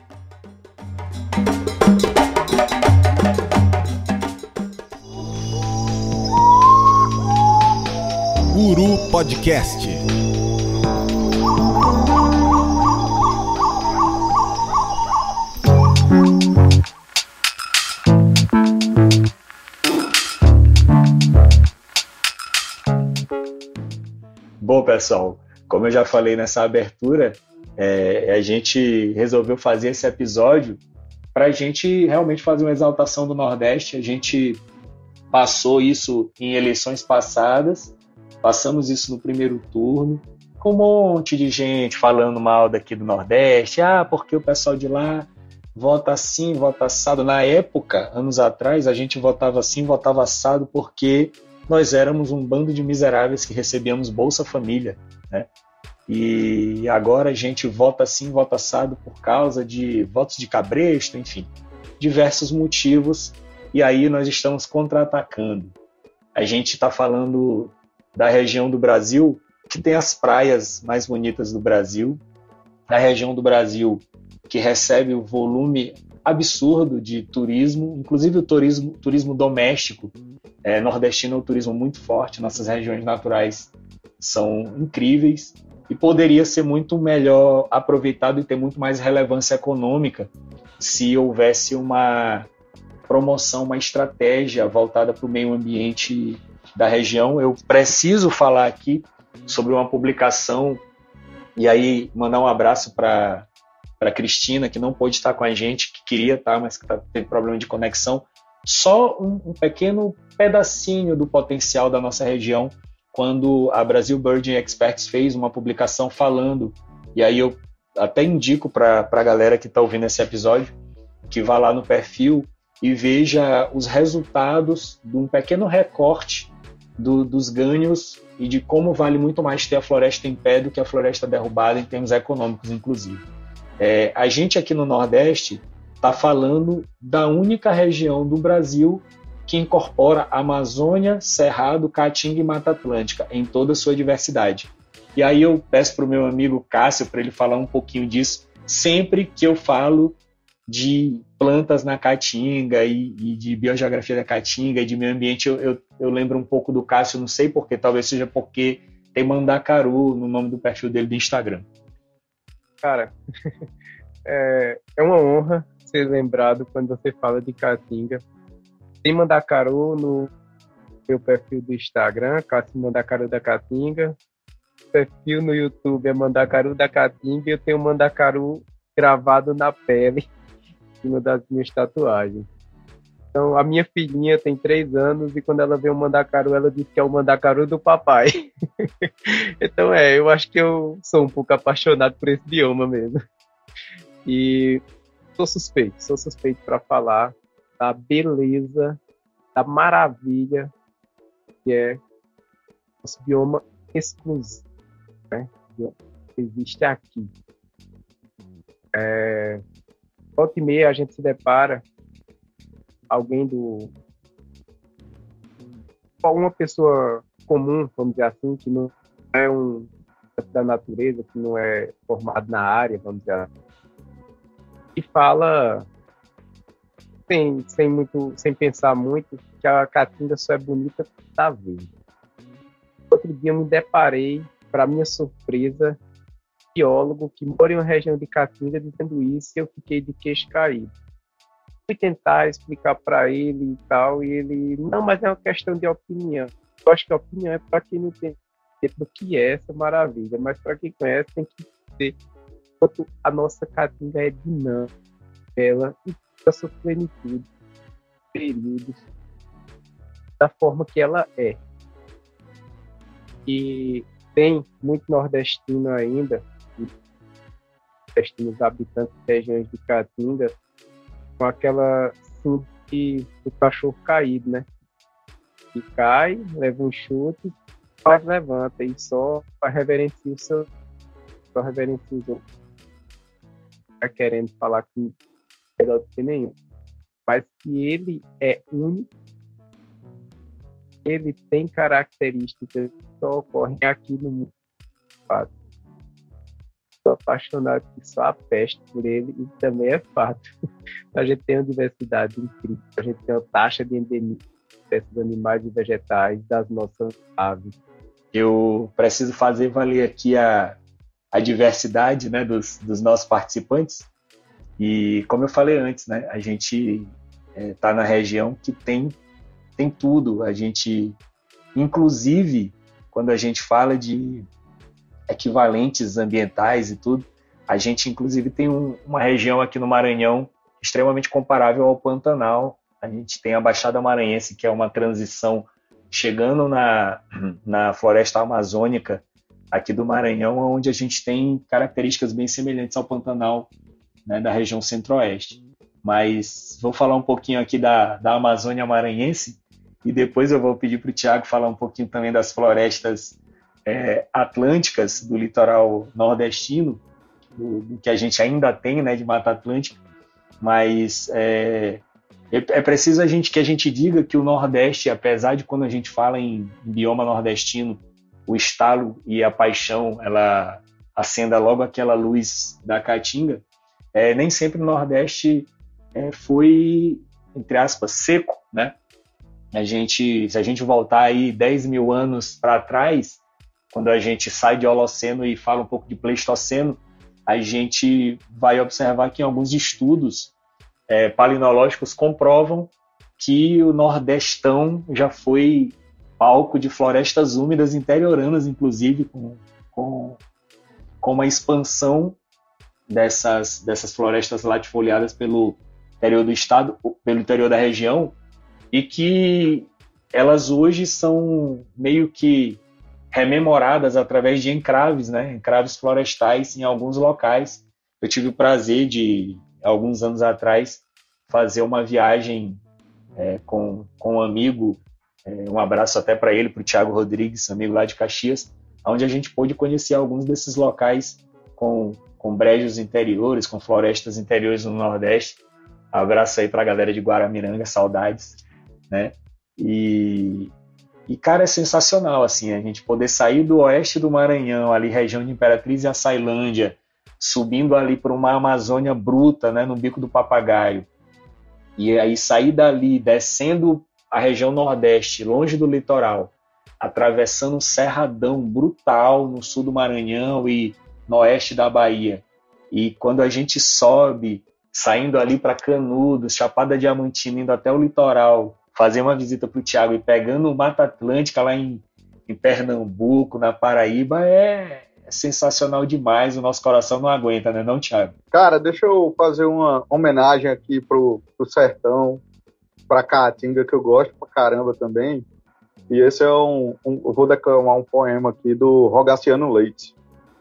Uru Podcast. Bom, pessoal, como eu já falei nessa abertura, é, a gente resolveu fazer esse episódio para a gente realmente fazer uma exaltação do Nordeste. A gente passou isso em eleições passadas, passamos isso no primeiro turno, com um monte de gente falando mal daqui do Nordeste, ah, porque o pessoal de lá vota assim, vota assado. Na época, anos atrás, a gente votava assim, votava assado porque nós éramos um bando de miseráveis que recebíamos Bolsa Família, né? E agora a gente vota assim, vota assado por causa de votos de cabresto, enfim, diversos motivos, e aí nós estamos contra-atacando. A gente está falando da região do Brasil que tem as praias mais bonitas do Brasil, a região do Brasil que recebe o volume absurdo de turismo, inclusive o turismo, turismo doméstico, é, nordestino é um turismo muito forte, nossas regiões naturais são incríveis e poderia ser muito melhor aproveitado e ter muito mais relevância econômica se houvesse uma promoção, uma estratégia voltada para o meio ambiente da região. Eu preciso falar aqui sobre uma publicação e aí mandar um abraço para para Cristina, que não pôde estar com a gente, que queria estar, mas que tá, teve problema de conexão. Só um, um pequeno pedacinho do potencial da nossa região, quando a Brasil Birding Experts fez uma publicação falando, e aí eu até indico para a galera que está ouvindo esse episódio, que vá lá no perfil e veja os resultados de um pequeno recorte do, dos ganhos e de como vale muito mais ter a floresta em pé do que a floresta derrubada em termos econômicos, inclusive. É, a gente aqui no Nordeste está falando da única região do Brasil que incorpora Amazônia, Cerrado, Caatinga e Mata Atlântica em toda a sua diversidade. E aí eu peço para o meu amigo Cássio para ele falar um pouquinho disso sempre que eu falo de plantas na Caatinga e, e de biogeografia da Caatinga e de meio ambiente. Eu, eu, eu lembro um pouco do Cássio, não sei porquê, talvez seja porque tem Mandacaru no nome do perfil dele do Instagram. Cara, é, é uma honra ser lembrado quando você fala de Caatinga. Tem Mandacaru no meu perfil do Instagram, Cássio Mandacaru da Caatinga. O perfil no YouTube é Mandacaru da Caatinga e eu tenho Mandacaru gravado na pele em uma das minhas tatuagens. Então, a minha filhinha tem três anos e quando ela vê o Mandacaru, ela diz que é o Mandacaru do papai. Então, é, eu acho que eu sou um pouco apaixonado por esse bioma mesmo. E sou suspeito, sou suspeito para falar da beleza, da maravilha que é nosso bioma exclusivo, né? Que existe aqui. É, volta e meia a gente se depara alguém do uma pessoa comum, vamos dizer assim, que não é um da natureza, que não é formado na área, vamos dizer assim, e fala sem, sem, muito, sem pensar muito que a Caatinga só é bonita por estar verde. Outro dia eu me deparei, para minha surpresa, biólogo que mora em uma região de Caatinga dizendo isso e eu fiquei de queixo caído. Fui tentar explicar para ele e tal, e ele, não, mas é uma questão de opinião. Eu acho que a opinião é para quem não tem do que é essa maravilha, mas para quem conhece tem que ver quanto a nossa Caatinga é dinâmica, ela e a sua plenitude, períodos, da forma que ela é. E tem muito nordestino ainda, nordestinos habitantes de regiões de Caatinga, com aquela síndrome do cachorro caído, né? Que cai, leva um chute, mas levanta e só reverencia o seu, só reverencia os outros. Tá querendo falar que é melhor do que nenhum, mas que ele é único, ele tem características que só ocorrem aqui no mundo. Fato. Sou apaixonado que só a peste por ele e também é fato. A gente tem uma diversidade incrível, a gente tem uma taxa de endemia desses animais e vegetais das nossas aves. Eu preciso fazer valer aqui a, a diversidade, né, dos, dos nossos participantes. E como eu falei antes, né, a gente está é, na região que tem, tem tudo. A gente, inclusive, quando a gente fala de equivalentes ambientais e tudo, a gente inclusive tem um, uma região aqui no Maranhão extremamente comparável ao Pantanal. A gente tem a Baixada Maranhense, que é uma transição chegando na, na floresta amazônica aqui do Maranhão, onde a gente tem características bem semelhantes ao Pantanal, né, da região centro-oeste. mas vou falar um pouquinho aqui da, da Amazônia Maranhense e depois eu vou pedir para o Thiago falar um pouquinho também das florestas é, atlânticas do litoral nordestino, do, do que a gente ainda tem, né, de Mata Atlântica, mas é, é preciso a gente, que a gente diga que o Nordeste, apesar de quando a gente fala em bioma nordestino, o estalo e a paixão, ela acenda logo aquela luz da caatinga, é, nem sempre o Nordeste é, foi, entre aspas, seco, né? A gente, se a gente voltar aí dez mil anos para trás, quando a gente sai de Holoceno e fala um pouco de Pleistoceno, a gente vai observar que em alguns estudos é, palinológicos comprovam que o Nordestão já foi palco de florestas úmidas interioranas, inclusive, com, com, com uma expansão dessas, dessas florestas latifoliadas pelo interior do estado, pelo interior da região, e que elas hoje são meio que rememoradas através de encraves, né? Encraves florestais em alguns locais. Eu tive o prazer de, alguns anos atrás, fazer uma viagem é, com, com um amigo, é, um abraço até para ele, para o Thiago Rodrigues, amigo lá de Caxias, onde a gente pôde conhecer alguns desses locais com, com brejos interiores, com florestas interiores no Nordeste. Abraço aí para a galera de Guaramiranga, saudades, né? E, e, cara, é sensacional, assim, a gente poder sair do oeste do Maranhão, ali região de Imperatriz e Açailândia, subindo ali para uma Amazônia bruta, né, no Bico do Papagaio, e aí sair dali, descendo a região Nordeste, longe do litoral, atravessando um cerradão brutal no sul do Maranhão e no oeste da Bahia, e quando a gente sobe, saindo ali para Canudos, Chapada Diamantina, indo até o litoral, fazer uma visita para o Thiago e pegando o Mata Atlântica lá em, em Pernambuco, na Paraíba, é, é sensacional demais. O nosso coração não aguenta, né, não, Thiago? Cara, deixa eu fazer uma homenagem aqui pro, pro sertão, pra Caatinga, que eu gosto pra caramba também. E esse é um, um... Eu vou declamar um poema aqui do Rogaciano Leite.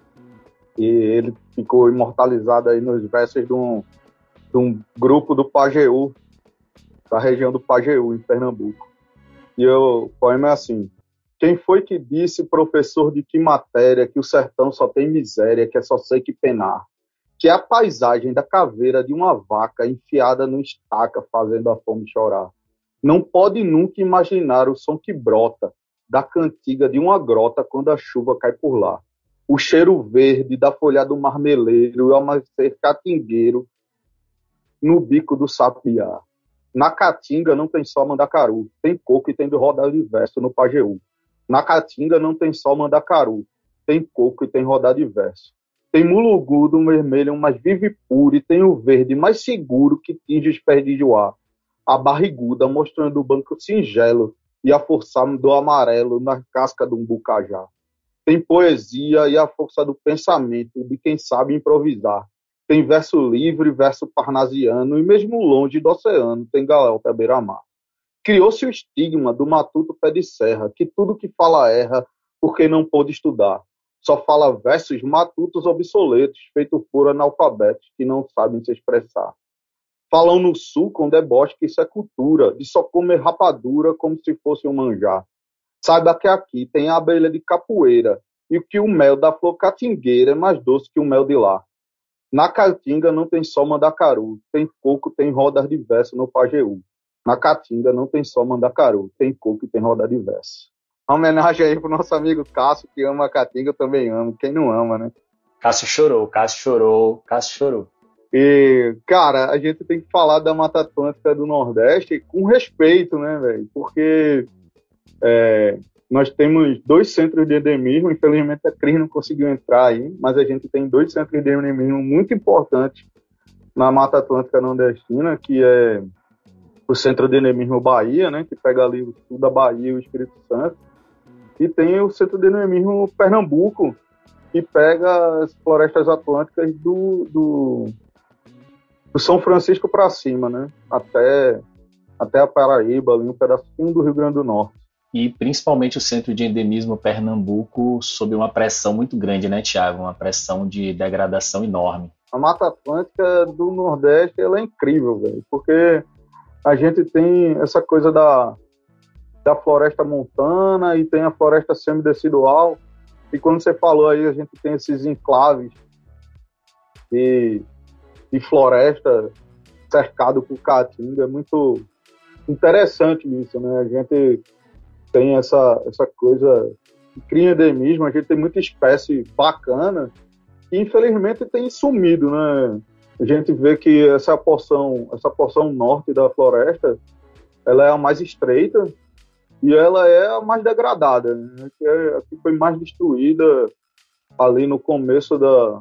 E ele ficou imortalizado aí nos versos de um, de um grupo do Pajeú, da região do Pajeú, em Pernambuco. E eu, o poema é assim: quem foi que disse, professor de que matéria, que o sertão só tem miséria, que é só sei que penar? Que é a paisagem da caveira de uma vaca enfiada no estaca, fazendo a fome chorar. Não pode nunca imaginar o som que brota da cantiga de uma grota quando a chuva cai por lá. O cheiro verde da folhada do marmeleiro e o amanhecer catingueiro no bico do sapiá. Na Caatinga não tem só mandacaru, tem coco e tem do rodado de verso no Pajeú. Na Caatinga não tem só mandacaru, tem coco e tem rodado de verso. Tem mulugu do vermelho mais vivo e puro, e tem o verde mais seguro que tinge os pés de Joá. A barriguda mostrando o banco singelo e a força do amarelo na casca de um bucajá. Tem poesia e a força do pensamento de quem sabe improvisar. Tem verso livre, verso parnasiano, e mesmo longe do oceano tem galeota à beira-mar. Criou-se o estigma do matuto pé de serra, que tudo que fala erra porque não pôde estudar. Só fala versos matutos obsoletos, feitos por analfabetos que não sabem se expressar. Falam no sul com deboche que isso é cultura, de só comer rapadura como se fosse um manjar. Saiba que aqui tem a abelha de capoeira, e que o mel da flor catingueira é mais doce que o mel de lá. Na Caatinga não tem só mandacaru, tem coco, tem rodas de verso no Pajeú. Na Caatinga não tem só mandacaru, tem coco e tem roda de verso. Uma homenagem aí pro nosso amigo Cássio, que ama a Caatinga, eu também amo. Quem não ama, né? Cássio chorou, Cássio chorou, Cássio chorou. E, cara, a gente tem que falar da Mata Atlântica do Nordeste com respeito, né, velho? Porque é, nós temos dois centros de endemismo, infelizmente a Cris não conseguiu entrar aí, mas a gente tem dois centros de endemismo muito importantes na Mata Atlântica nordestina, que é o Centro de Endemismo Bahia, né, que pega ali o sul da Bahia e o Espírito Santo, e tem o Centro de Endemismo Pernambuco, que pega as florestas atlânticas do, do, do São Francisco para cima, né, até, até a Paraíba, ali um pedacinho do Rio Grande do Norte. e principalmente o Centro de Endemismo Pernambuco sob uma pressão muito grande, né, Tiago? Uma pressão de degradação enorme. A Mata Atlântica do Nordeste, ela é incrível, velho, porque a gente tem essa coisa da, da floresta montana e tem a floresta semidecidual, e quando você falou aí, a gente tem esses enclaves de, de floresta cercado por caatinga, é muito interessante isso, né? A gente tem essa, essa coisa de cria endemismo, a gente tem muita espécie bacana que infelizmente tem sumido, né? A gente vê que essa porção, essa porção norte da floresta, ela é a mais estreita e ela é a mais degradada, né? Que é a que foi mais destruída ali no começo da,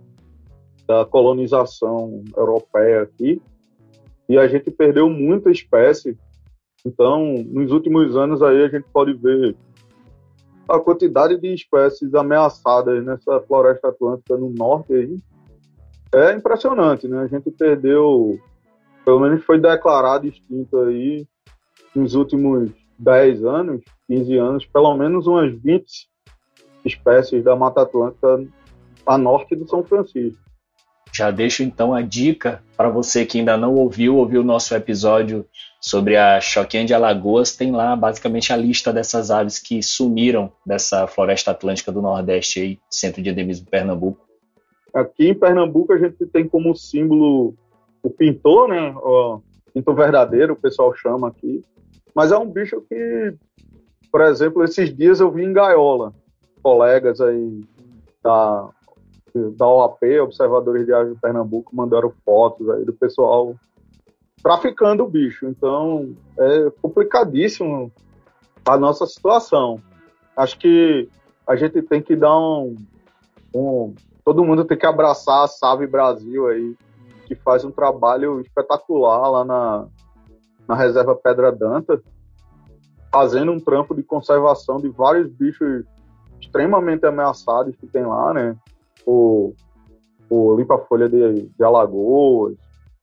da colonização europeia aqui, e a gente perdeu muita espécie. Então, nos últimos anos aí a gente pode ver a quantidade de espécies ameaçadas nessa floresta atlântica no norte aí é impressionante, né? A gente perdeu, pelo menos foi declarado extinto aí nos últimos dez anos, quinze anos, pelo menos umas vinte espécies da Mata Atlântica a norte do São Francisco. Já deixo então a dica para você que ainda não ouviu, ouviu o nosso episódio sobre a choquinha de Alagoas, tem lá basicamente a lista dessas aves que sumiram dessa floresta atlântica do Nordeste aí, Centro de Endemismo Pernambuco. Aqui em Pernambuco a gente tem como símbolo o pintor, né? O pintor verdadeiro, o pessoal chama aqui. Mas é um bicho que, por exemplo, esses dias eu vi em gaiola. Colegas aí da, da O A P, Observadores de Aves de Pernambuco, mandaram fotos aí do pessoal traficando o bicho. Então é complicadíssimo a nossa situação. Acho que a gente tem que dar um... um todo mundo tem que abraçar a Save Brasil aí, que faz um trabalho espetacular lá na, na Reserva Pedra Danta, fazendo um trampo de conservação de vários bichos extremamente ameaçados que tem lá, né? O, o limpa-folha de, de Alagoas,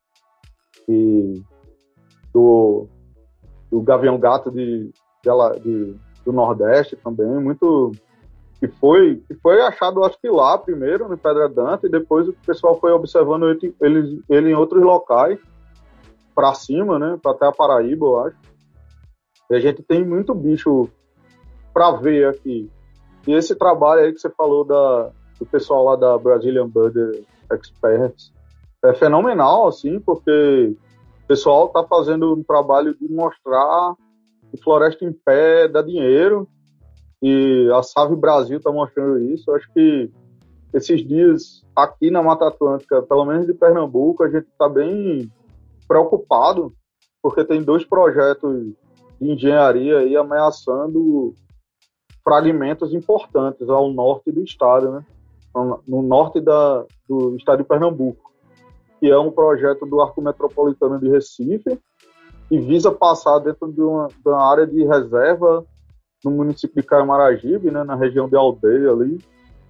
e do, do gavião-gato de, de, de, do Nordeste também, muito... que foi, que foi achado, acho que lá primeiro, no Pedra Danta, e depois o pessoal foi observando ele, ele, ele em outros locais, para cima, né, para até a Paraíba, eu acho. E a gente tem muito bicho para ver aqui. E esse trabalho aí que você falou da, do pessoal lá da Brazilian Bird Experts é fenomenal, assim, porque o pessoal está fazendo um trabalho de mostrar que floresta em pé dá dinheiro, e a Save Brasil está mostrando isso. Eu acho que esses dias aqui na Mata Atlântica, pelo menos de Pernambuco, a gente está bem preocupado, porque tem dois projetos de engenharia aí ameaçando fragmentos importantes ao norte do estado, né? No norte da, do estado de Pernambuco, que é um projeto do Arco Metropolitano de Recife, e visa passar dentro de uma, de uma área de reserva no município de Caio-Maragibe, né, na região de Aldeia ali.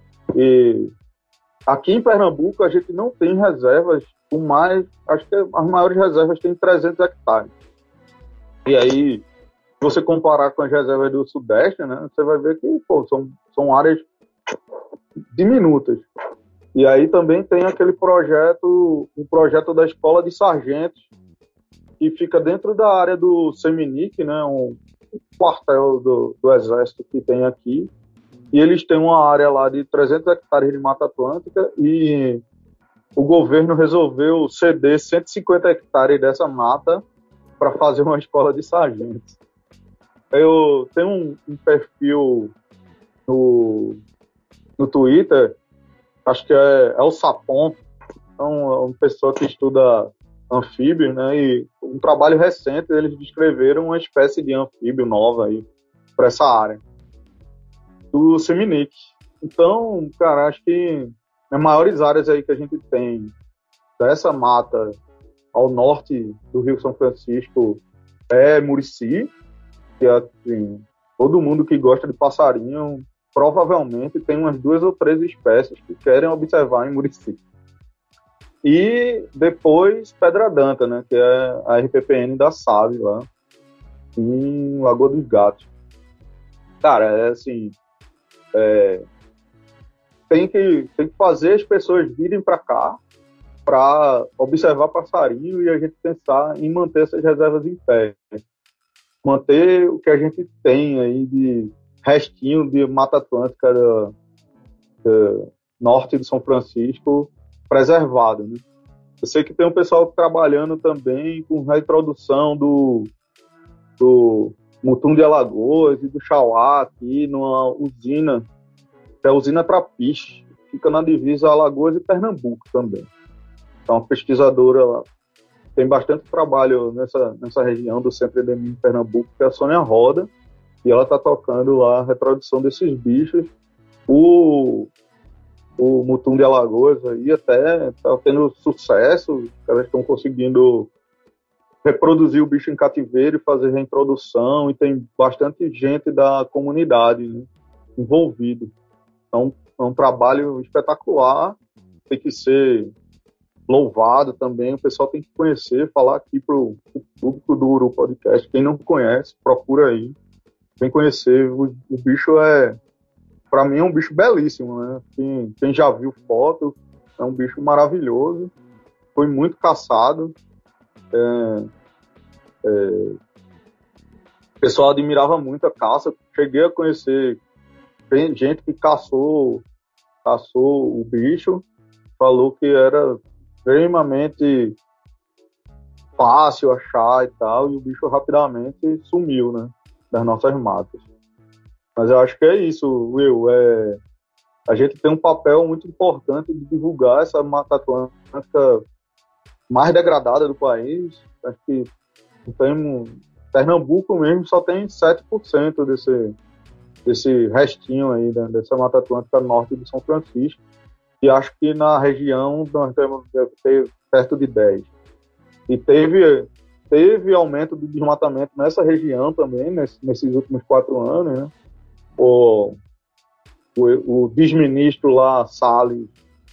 E aqui em Pernambuco a gente não tem reservas com mais, acho que as maiores reservas têm trezentos hectares. E aí, se você comparar com as reservas do Sudeste, né, você vai ver que pô, são, são áreas diminutas. E aí também tem aquele projeto, um projeto da Escola de Sargentos, que fica dentro da área do Seminic, né, um quartel do, do Exército que tem aqui, e eles têm uma área lá de trezentos hectares de Mata Atlântica, e o governo resolveu ceder cento e cinquenta hectares dessa mata para fazer uma escola de sargentos. Eu tenho um, um perfil no, no Twitter, acho que é, é o Sapon, é uma, uma pessoa que estuda anfíbios, né? E um trabalho recente eles descreveram uma espécie de anfíbio nova aí para essa área do Seminic. Então, cara, acho que as maiores áreas aí que a gente tem dessa mata ao norte do Rio São Francisco é Murici, que é, assim, todo mundo que gosta de passarinho provavelmente tem umas duas ou três espécies que querem observar em Murici. E depois Pedra Danta, né, que é a R P P N da Save lá, em Lagoa dos Gatos. cara, é assim, é, tem, que, tem que fazer as pessoas virem para cá para observar passarinho e a gente pensar em manter essas reservas em pé. Manter o que a gente tem aí de restinho de Mata Atlântica do, do norte de São Francisco preservado, né? Eu sei que tem um pessoal trabalhando também com reintrodução do, do Mutum de Alagoas e do Chauá aqui numa usina, que é a usina Trapiche, fica na divisa Alagoas e Pernambuco também. Então, uma pesquisadora lá, tem bastante trabalho nessa, nessa região do Centro Endemista de Pernambuco, que é a Sônia Roda, e ela está tocando lá a reprodução desses bichos. O, o Mutum de Alagoas aí até está tendo sucesso, elas estão conseguindo reproduzir o bicho em cativeiro e fazer reintrodução, e tem bastante gente da comunidade, né, envolvido. Então, é um trabalho espetacular, tem que ser louvado também, o pessoal tem que conhecer, falar aqui para o público do Uru Podcast. Quem não conhece, procura aí, vem conhecer. O, o bicho é, para mim, é um bicho belíssimo, né? Quem, quem já viu foto, é um bicho maravilhoso, foi muito caçado. É, é, o pessoal admirava muito a caça. Cheguei a conhecer gente que caçou, caçou o bicho, falou que era extremamente fácil achar e tal, e o bicho rapidamente sumiu, né, das nossas matas. Mas eu acho que é isso, Will, é, a gente tem um papel muito importante de divulgar essa Mata Atlântica mais degradada do país. Acho que tem, Pernambuco mesmo só tem sete por cento desse, desse restinho aí, né, dessa Mata Atlântica norte de São Francisco. E acho que na região nós temos, deve ter perto de dez. E teve, teve aumento de desmatamento nessa região também, nesse, nesses últimos quatro anos, né? O, o, o desministro lá, Salles,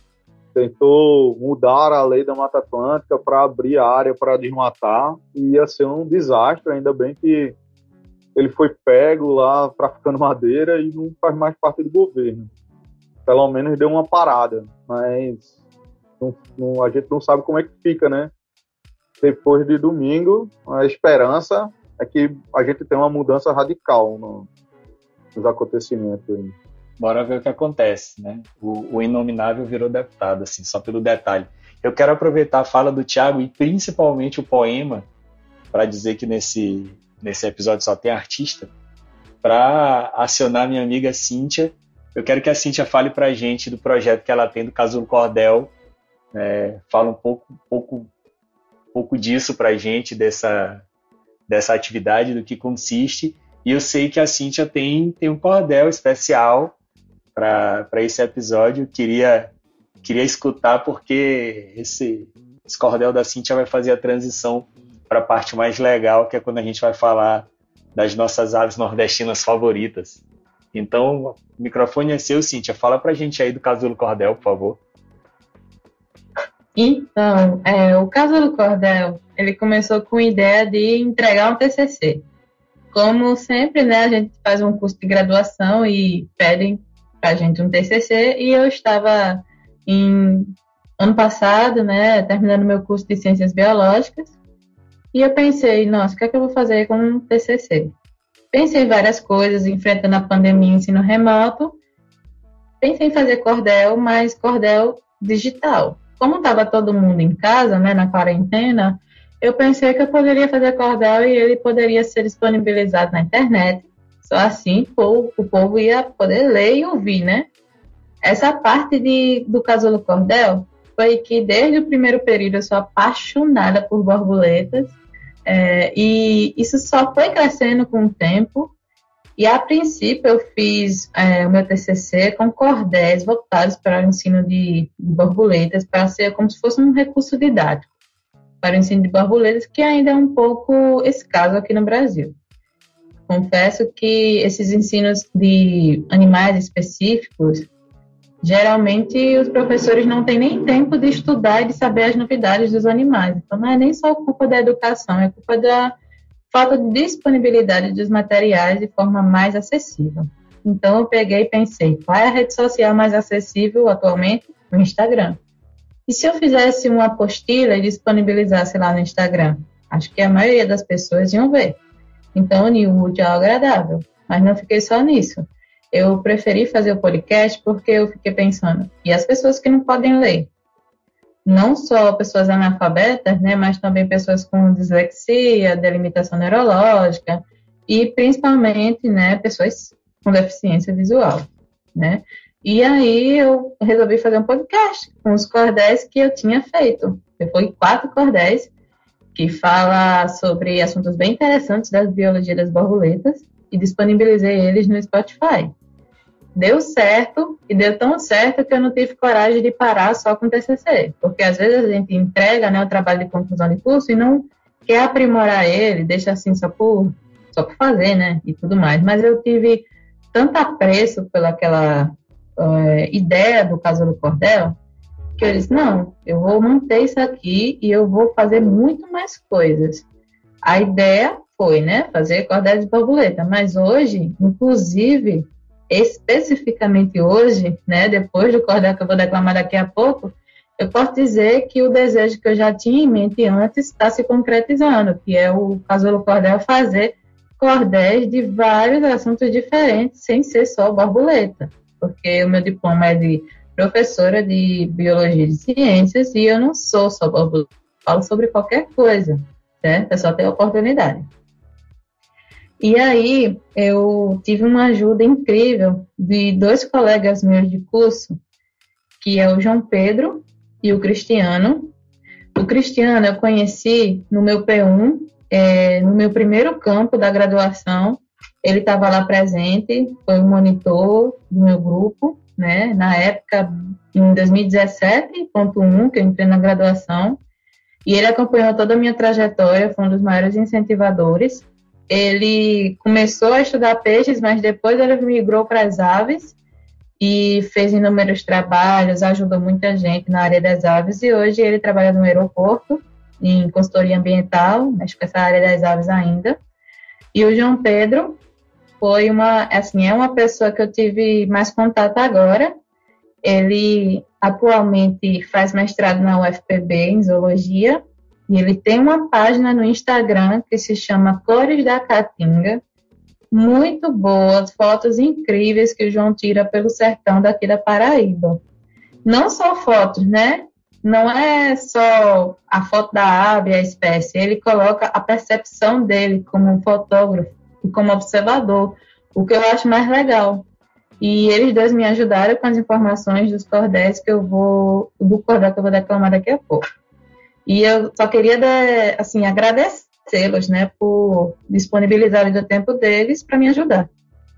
tentou mudar a lei da Mata Atlântica para abrir a área para desmatar, e ia ser um desastre, ainda bem que ele foi pego lá traficando madeira e não faz mais parte do governo. Pelo menos deu uma parada, mas não, não, a gente não sabe como é que fica, né? Depois de domingo, a esperança é que a gente tenha uma mudança radical no, nos acontecimentos aí. Bora ver o que acontece, né? O, o inominável virou deputado, assim, só pelo detalhe. Eu quero aproveitar a fala do Thiago e principalmente o poema, para dizer que nesse, nesse episódio só tem artista, para acionar minha amiga Cíntia. Eu quero que a Cíntia fale para a gente do projeto que ela tem do Casulo Cordel, é, fala um pouco, um pouco, um pouco disso para a gente, dessa, dessa atividade, do que consiste. E eu sei que a Cíntia tem, tem um cordel especial para esse episódio. Queria, queria escutar, porque esse, esse cordel da Cíntia vai fazer a transição para a parte mais legal, que é quando a gente vai falar das nossas aves nordestinas favoritas. Então, o microfone é seu, Cíntia. Fala pra gente aí do Casulo Cordel, por favor. Então, é, o Casulo Cordel, ele começou com a ideia de entregar um T C C. Como sempre, né, a gente faz um curso de graduação e pedem pra gente um T C C, e eu estava em ano passado, né, terminando meu curso de Ciências Biológicas, e eu pensei, nossa, o que é que eu vou fazer com um T C C? Pensei em várias coisas, enfrentando a pandemia e ensino remoto. Pensei em fazer cordel, mas cordel digital. Como estava todo mundo em casa, né, na quarentena, eu pensei que eu poderia fazer cordel e ele poderia ser disponibilizado na internet. Só assim o, o povo ia poder ler e ouvir, né? Essa parte de, do Casulo Cordel foi que desde o primeiro período eu sou apaixonada por borboletas. É, e isso só foi crescendo com o tempo, e a princípio eu fiz é, o meu T C C com cordéis voltados para o ensino de, de borboletas, para ser como se fosse um recurso didático para o ensino de borboletas, que ainda é um pouco escasso aqui no Brasil. Confesso que esses ensinos de animais específicos, geralmente os professores não têm nem tempo de estudar e de saber as novidades dos animais. Então não é nem só culpa da educação, é culpa da falta de disponibilidade dos materiais de forma mais acessível. Então, eu peguei e pensei, qual é a rede social mais acessível atualmente? O Instagram. E se eu fizesse uma apostila e disponibilizasse lá no Instagram? Acho que a maioria das pessoas iam ver. Então, uni o útil ao agradável. Mas não fiquei só nisso. Eu preferi fazer o podcast porque eu fiquei pensando, e as pessoas que não podem ler? Não só pessoas analfabetas, né, mas também pessoas com dislexia, delimitação neurológica e principalmente, né, pessoas com deficiência visual, né? E aí eu resolvi fazer um podcast com os cordéis que eu tinha feito. Foi quatro cordéis que fala sobre assuntos bem interessantes da biologia das borboletas e disponibilizei eles no Spotify. Deu certo, e deu tão certo que eu não tive coragem de parar só com o T C C, porque às vezes a gente entrega, né, o trabalho de conclusão de curso e não quer aprimorar ele, deixa assim só por, só por fazer, né, e tudo mais. Mas eu tive tanto apreço pelaquela uh, ideia do Casulo Cordel, que eu disse, não, eu vou manter isso aqui e eu vou fazer muito mais coisas. A ideia foi, né, fazer cordéis de borboleta, mas hoje, inclusive, especificamente hoje, né, depois do cordel que eu vou declamar daqui a pouco, eu posso dizer que o desejo que eu já tinha em mente antes está se concretizando, que é o Casulo Cordel fazer cordéis de vários assuntos diferentes, sem ser só borboleta, porque o meu diploma é de professora de Biologia e Ciências e eu não sou só borboleta, falo sobre qualquer coisa, certo? É só ter oportunidade. E aí, eu tive uma ajuda incrível de dois colegas meus de curso, que é o João Pedro e o Cristiano. O Cristiano eu conheci no meu P um, é, no meu primeiro campo da graduação. Ele estava lá presente, foi o monitor do meu grupo, né? Na época, em dois mil e dezessete ponto um, que eu entrei na graduação. E ele acompanhou toda a minha trajetória, foi um dos maiores incentivadores. Ele começou a estudar peixes, mas depois ele migrou para as aves e fez inúmeros trabalhos, ajudou muita gente na área das aves e hoje ele trabalha no aeroporto, em consultoria ambiental, mexe com essa área das aves ainda. E o João Pedro foi uma, assim, é uma pessoa que eu tive mais contato agora. Ele atualmente faz mestrado na U F P B em zoologia. E ele tem uma página no Instagram que se chama Cores da Caatinga. Muito boas, fotos incríveis que o João tira pelo sertão daqui da Paraíba. Não só fotos, né? Não é só a foto da ave, a espécie. Ele coloca a percepção dele como um fotógrafo e como observador, o que eu acho mais legal. E eles dois me ajudaram com as informações dos cordéis que eu vou, do cordel que eu vou declamar daqui a pouco. E eu só queria, assim, agradecê-los, né, por disponibilizarem do tempo deles para me ajudar.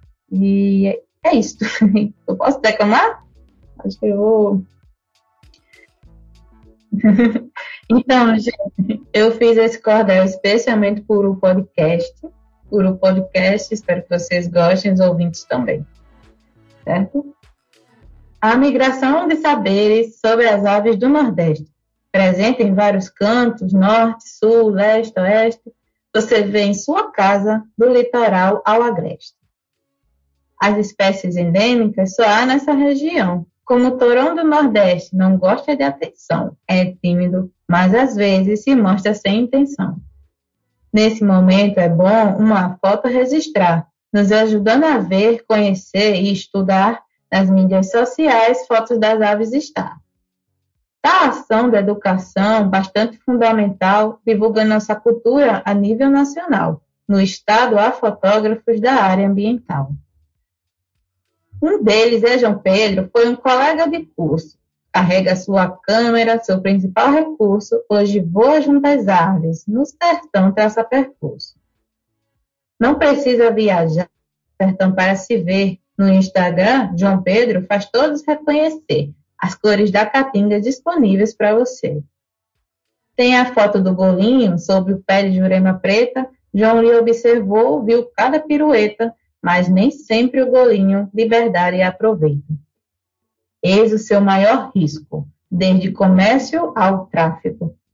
E é isso. Eu posso declamar? Acho que eu vou... Então, gente, eu fiz esse cordel especialmente por o podcast, por o podcast, espero que vocês gostem, os ouvintes também. Certo? A migração de saberes sobre as aves do Nordeste. Presente em vários cantos, norte, sul, leste, oeste, você vê em sua casa, do litoral ao agreste. As espécies endêmicas só há nessa região. Como o torão do Nordeste não gosta de atenção, é tímido, mas às vezes se mostra sem intenção. Nesse momento é bom uma foto registrar, nos ajudando a ver, conhecer e estudar nas mídias sociais fotos das aves estar. Tal ação da educação, bastante fundamental, divulga nossa cultura a nível nacional. No estado, há fotógrafos da área ambiental. Um deles, é João Pedro, foi um colega de curso. Carrega sua câmera, seu principal recurso, hoje voa junto às árvores, no sertão traça percurso. Não precisa viajar no sertão para se ver. No Instagram, João Pedro faz todos reconhecer as cores da caatinga disponíveis para você. Tem a foto do golinho sobre o pé de jurema preta. João lhe observou, viu cada pirueta, mas nem sempre o golinho liberdade aproveita. Eis o seu maior risco, desde comércio ao tráfico.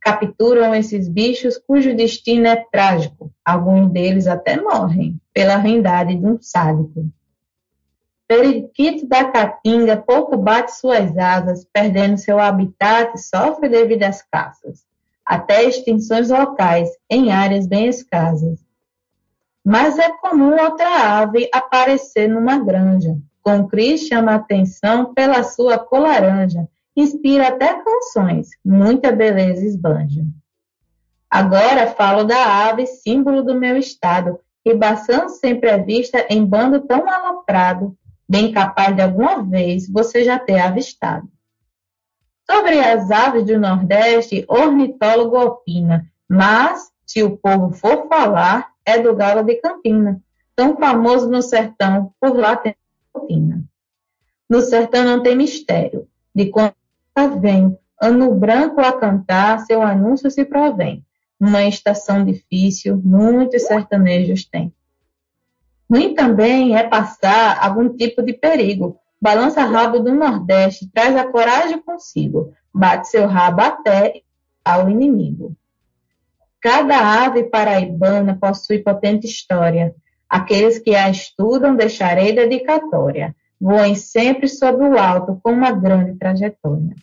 capturam esses bichos cujo destino é trágico. Alguns deles até morrem pela ruindade de um sádico. Periquito da caatinga pouco bate suas asas, perdendo seu habitat e sofre devido às caças, até extinções locais, em áreas bem escassas. Mas é comum outra ave aparecer numa granja. Com Cris chama a atenção pela sua cor laranja, inspira até canções, muita beleza esbanja. Agora falo da ave, símbolo do meu estado, ribaçando sempre é vista em bando tão aloprado, bem capaz de alguma vez você já ter avistado. Sobre as aves do Nordeste, ornitólogo opina, mas, se o povo for falar, é do galo de Campina, tão famoso no sertão, por lá tem rotina. No sertão não tem mistério, de quando vem, ano branco a cantar, seu anúncio se provém. Uma estação difícil, muitos sertanejos têm. Ruim também é passar algum tipo de perigo. Balança rabo do Nordeste, traz a coragem consigo, bate seu rabo até ao inimigo. Cada ave paraibana possui potente história. Aqueles que a estudam deixarei dedicatória. Voem sempre sobre o alto com uma grande trajetória.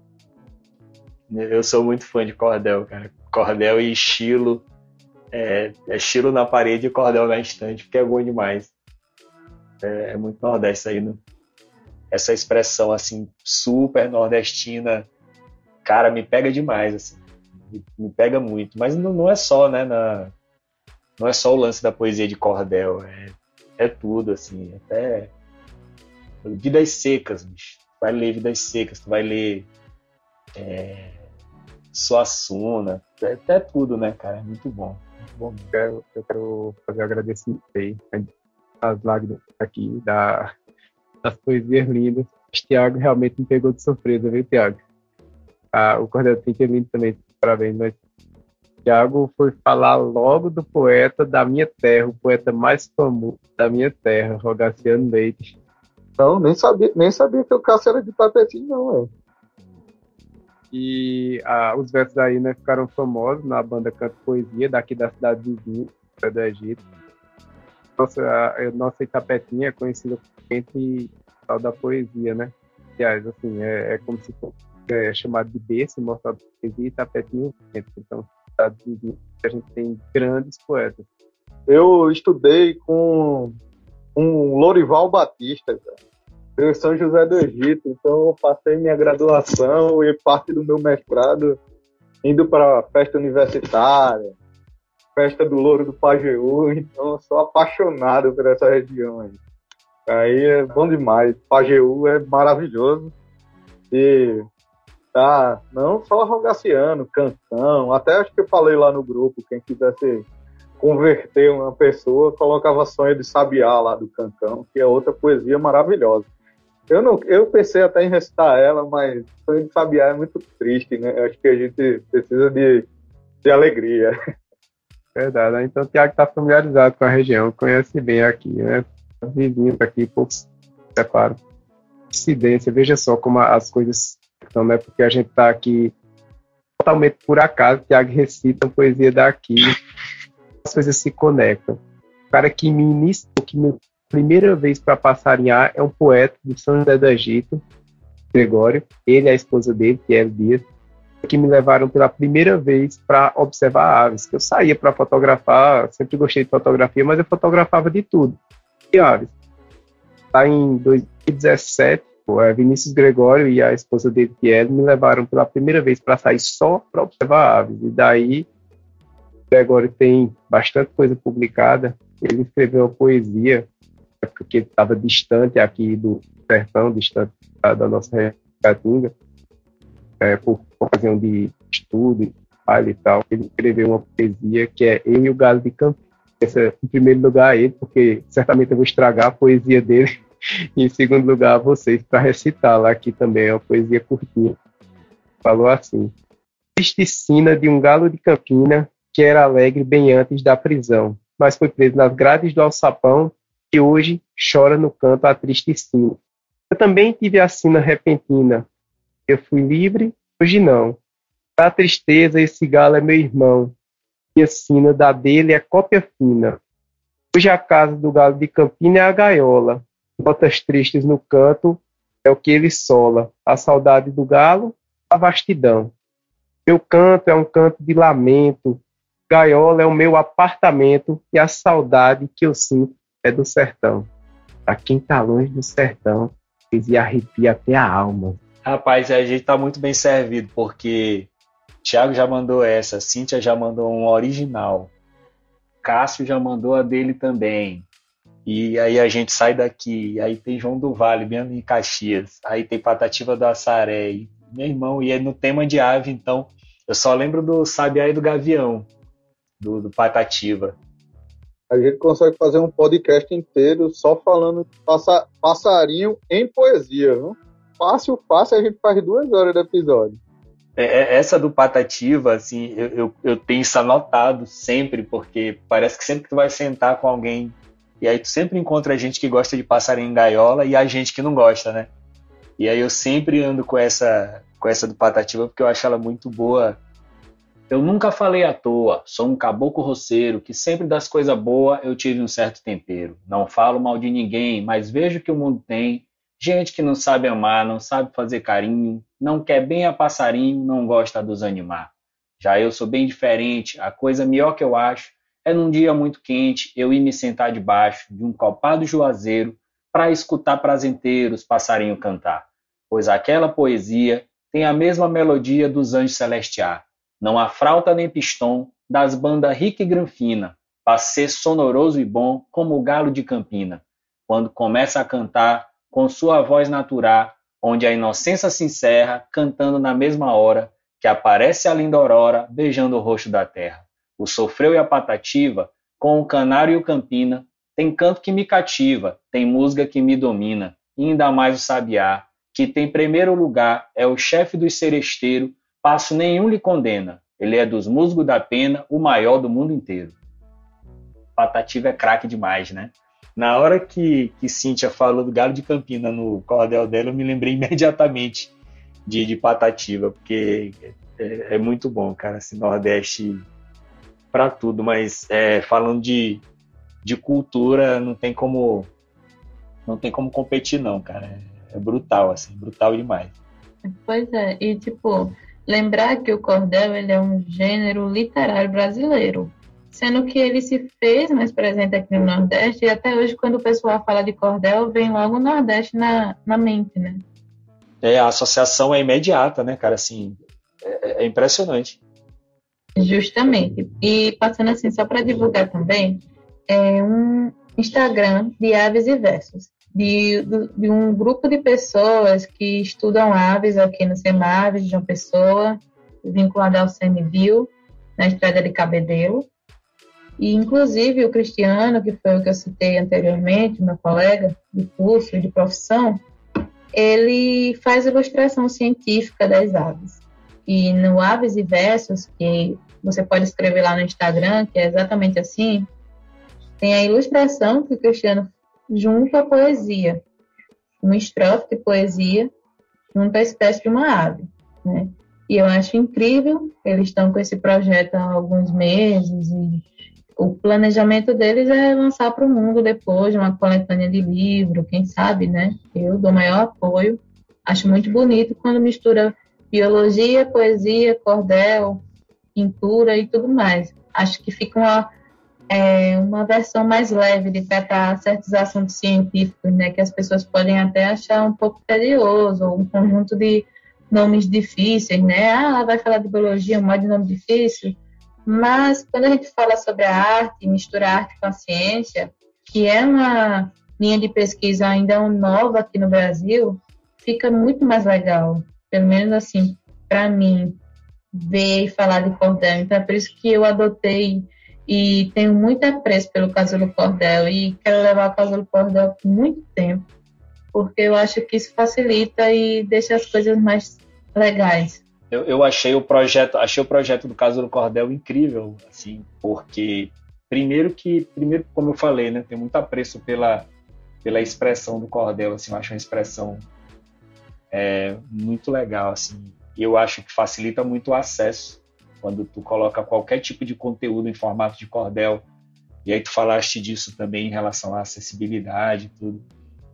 Eu sou muito fã de cordel, cara. Cordel e estilo. É, é estilo na parede e cordel na estante, porque é bom demais. É, é muito nordeste aí, né? Essa expressão, assim, super nordestina, cara, me pega demais, assim. Me, me pega muito. Mas não, não é só, né, na, não é só o lance da poesia de cordel. É, é tudo, assim. Até Vidas Secas, bicho. Tu vai ler Vidas Secas, tu vai ler é, Suassuna. É, até tudo, né, cara? É muito bom. Muito bom. Eu quero, eu quero fazer um agradecimento aí às lágrimas aqui da, das poesias lindas. O Thiago realmente me pegou de surpresa, viu, Thiago? Ah, o Cordel Tink é lindo também, parabéns, mas Thiago foi falar logo do poeta da minha terra, o poeta mais famoso da minha terra, Rogaciano Leite. Não, nem sabia, nem sabia que o Cássio era de Tapetinho, não, é. E ah, os versos aí, né, ficaram famosos na banda Canto Poesia, daqui da cidade vizinha, do Egito. Nossa, a, a nossa Itapetinha é conhecida entre tal da poesia, né? Aliás, assim, é, é como se fosse é, chamado de berço, imortal da poesia, e Itapetinha. Então, cidade vizinha, a gente tem grandes poetas. Eu estudei com um Lorival Batista, cara. Eu em São José do Egito, então eu passei minha graduação e parte do meu mestrado indo para a festa universitária, festa do Louro do Pajeú, então eu sou apaixonado por essa região aí. Aí é bom demais, Pajeú é maravilhoso e tá, não só Rogaciano, Cantão, até acho que eu falei lá no grupo, quem quisesse converter uma pessoa, colocava Sonho de Sabiá lá do Cantão, que é outra poesia maravilhosa. Eu, não, eu pensei até em recitar ela, mas Sonho de Sabiá é muito triste, né? Eu acho que a gente precisa de, de alegria. Verdade, né? Então o Thiago está familiarizado com a região, conhece bem aqui, né? Os vizinhos aqui, poucos se separam. Incidência, veja só como as coisas estão, né? Porque a gente está aqui totalmente por acaso, o Thiago recita uma poesia daqui, as coisas se conectam. O cara que me iniciou, que me primeira vez para passarinhar é um poeta de São José do Egito, Gregório, ele e a esposa dele, que é o Dias, que me levaram pela primeira vez para observar aves, que eu saía para fotografar, sempre gostei de fotografia, mas eu fotografava de tudo. E aves. Lá em dois mil e dezessete, pô, Vinícius Gregório e a esposa dele, que é, me levaram pela primeira vez para sair só para observar aves. E daí, Gregório tem bastante coisa publicada. Ele escreveu uma poesia, porque ele estava distante aqui do sertão, distante da, da nossa Caatinga, é, por ocasião de estudo, de trabalho e tal. Ele escreveu uma poesia que é Eu e o Galo de Campina. Essa, em primeiro lugar, a ele, porque certamente eu vou estragar a poesia dele, e em segundo lugar, a vocês, para recitá-la aqui também. É uma poesia curtinha. Falou assim: Triste sina de um galo de Campina, que era alegre bem antes da prisão, mas foi preso nas grades do alçapão, que hoje chora no canto a triste sina. Eu também tive a sina repentina. Eu fui livre, hoje não. Pra tristeza, esse galo é meu irmão, e a sina da dele é cópia fina. Hoje a casa do galo de Campina é a gaiola, notas tristes no canto é o que ele sola, a saudade do galo, a vastidão. Meu canto é um canto de lamento, gaiola é o meu apartamento e a saudade que eu sinto é do sertão. Pra quem tá longe do sertão, fez e arrepia até a alma. Rapaz, a gente tá muito bem servido, porque Thiago já mandou essa, Cíntia já mandou um original, Cássio já mandou a dele também. E aí a gente sai daqui, aí tem João do Vale, mesmo em Caxias, aí tem Patativa do Açaré, e, meu irmão, e é no tema de ave, então eu só lembro do Sabiá e do Gavião, do, do Patativa. A gente consegue fazer um podcast inteiro só falando de passa, passarinho em poesia, viu? Fácil, fácil, a gente faz duas horas de episódio. É, essa do Patativa, assim, eu, eu, eu tenho isso anotado sempre, porque parece que sempre que tu vai sentar com alguém, e aí tu sempre encontra gente que gosta de passarinho em gaiola e a gente que não gosta, né? E aí eu sempre ando com essa, com essa do Patativa, porque eu acho ela muito boa. Eu nunca falei à toa, sou um caboclo roceiro, que sempre das coisas boas eu tive um certo tempero. Não falo mal de ninguém, mas vejo que o mundo tem gente que não sabe amar, não sabe fazer carinho, não quer bem a passarinho, não gosta dos animar. Já eu sou bem diferente, a coisa melhor que eu acho é num dia muito quente eu ir me sentar debaixo de um copado juazeiro para escutar prazenteiros passarinho cantar, pois aquela poesia tem a mesma melodia dos anjos celestiais. Não há frauta nem pistão das bandas rica e granfina, para ser sonoroso e bom como o galo de Campina, quando começa a cantar com sua voz natural, onde a inocência se encerra, cantando na mesma hora que aparece a linda aurora, beijando o rosto da terra. O sofreu e a patativa, com o canário e o campina, tem canto que me cativa, tem música que me domina, e ainda mais o sabiá, que tem primeiro lugar, é o chefe dos seresteiros, passo nenhum lhe condena, ele é dos musgos da pena, o maior do mundo inteiro. Patativa é craque demais, né? Na hora que, que Cíntia falou do galo de Campina no cordel dela, eu me lembrei imediatamente de, de Patativa, porque é, é muito bom, cara, esse Nordeste para tudo, mas é, falando de, de cultura, não tem como não tem como competir não, cara, é, é brutal, assim, brutal demais. Pois é, e tipo, lembrar que o cordel ele é um gênero literário brasileiro, sendo que ele se fez mais presente aqui no Nordeste, e até hoje, quando o pessoal fala de cordel, vem logo o Nordeste na, na mente, né? É, a associação é imediata, né, cara, assim, é, é impressionante. Justamente. E passando assim, só para divulgar também, é um Instagram de aves e versos, de, de um grupo de pessoas que estudam aves aqui no SEMAVES de João Pessoa, vinculado ao CEMIVIL, na Estrada de Cabedelo. E, inclusive, o Cristiano, que foi o que eu citei anteriormente, meu colega de curso, de profissão, ele faz ilustração científica das aves. E no Aves e Versos, que você pode escrever lá no Instagram, que é exatamente assim, tem a ilustração que o Cristiano junta a poesia, uma estrofe de poesia junto à espécie de uma ave, né? E eu acho incrível, eles estão com esse projeto há alguns meses e o planejamento deles é lançar para o mundo depois uma coletânea de livro, quem sabe, né? Eu dou maior apoio. Acho muito bonito quando mistura biologia, poesia, cordel, pintura e tudo mais. Acho que fica uma, é, uma versão mais leve de tratar certos assuntos científicos, né? Que as pessoas podem até achar um pouco tedioso, ou um conjunto de nomes difíceis, né? Ah, vai falar de biologia, um monte de nome difícil. Mas, quando a gente fala sobre a arte, mistura a arte com a ciência, que é uma linha de pesquisa ainda nova aqui no Brasil, fica muito mais legal. Pelo menos, assim, para mim, ver e falar de cordel. Então, é por isso que eu adotei e tenho muito apreço pelo casulo cordel e quero levar o casulo cordel por muito tempo, porque eu acho que isso facilita e deixa as coisas mais legais. Eu, eu achei o projeto, achei o projeto do Casulo Cordel incrível, assim, porque primeiro que, primeiro como eu falei, né, tenho muito apreço pela pela expressão do cordel, assim, eu acho uma expressão é, muito legal, assim, e eu acho que facilita muito o acesso quando tu coloca qualquer tipo de conteúdo em formato de cordel. E aí tu falaste disso também em relação à acessibilidade e tudo.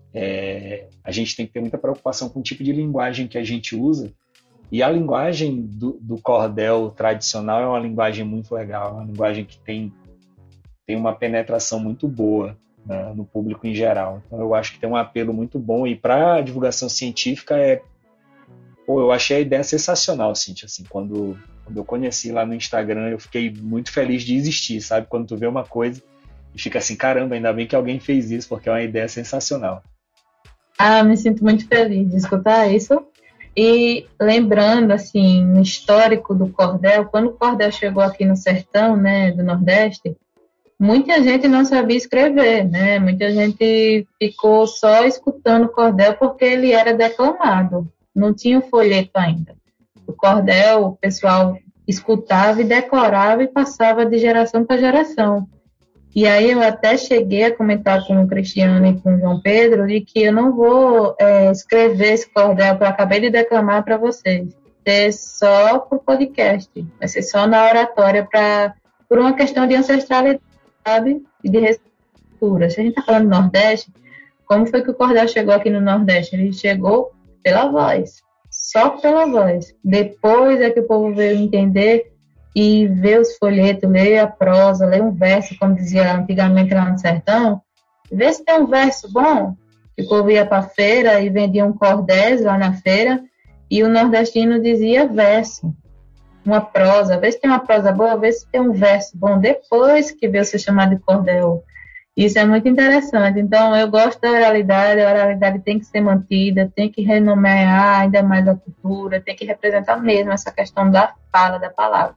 É, a gente tem que ter muita preocupação com o tipo de linguagem que a gente usa, e a linguagem do, do cordel tradicional é uma linguagem muito legal, é uma linguagem que tem, tem uma penetração muito boa, né, no público em geral. Então eu acho que tem um apelo muito bom, e para a divulgação científica é... Pô, eu achei a ideia sensacional, Cíntia, assim, quando, quando eu conheci lá no Instagram, eu fiquei muito feliz de existir, sabe? Quando tu vê uma coisa e fica assim, caramba, ainda bem que alguém fez isso, porque é uma ideia sensacional. Ah, me sinto muito feliz de escutar isso. E lembrando, assim, no histórico do cordel, quando o cordel chegou aqui no sertão, né, do Nordeste, muita gente não sabia escrever, né? Muita gente ficou só escutando o cordel porque ele era declamado. Não tinha o folheto ainda. O cordel, o pessoal escutava e decorava e passava de geração para geração. E aí eu até cheguei a comentar com o Cristiano e com o João Pedro de que eu não vou é, escrever esse cordel que eu acabei de declamar para vocês. Vai ser só para o podcast. Vai ser só na oratória pra, por uma questão de ancestralidade e de reescritura. Se a gente está falando do Nordeste, como foi que o cordel chegou aqui no Nordeste? Ele chegou pela voz, só pela voz. Depois é que o povo veio entender e ver os folhetos, ler a prosa, ler um verso, como dizia antigamente lá no sertão, ver se tem um verso bom, que o povo ia para a feira e vendia um cordéis lá na feira, e o nordestino dizia verso, uma prosa, vê se tem uma prosa boa, vê se tem um verso bom, depois que veio ser chamado de cordel. Isso é muito interessante. Então, eu gosto da oralidade, a oralidade tem que ser mantida, tem que renomear ainda mais a cultura, tem que representar mesmo essa questão da fala, da palavra.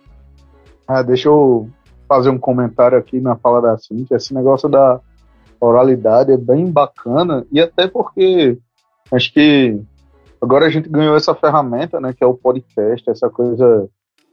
Ah, deixa eu fazer um comentário aqui na fala da Cíntia. Esse negócio da oralidade é bem bacana, e até porque acho que agora a gente ganhou essa ferramenta, né, que é o podcast, essa coisa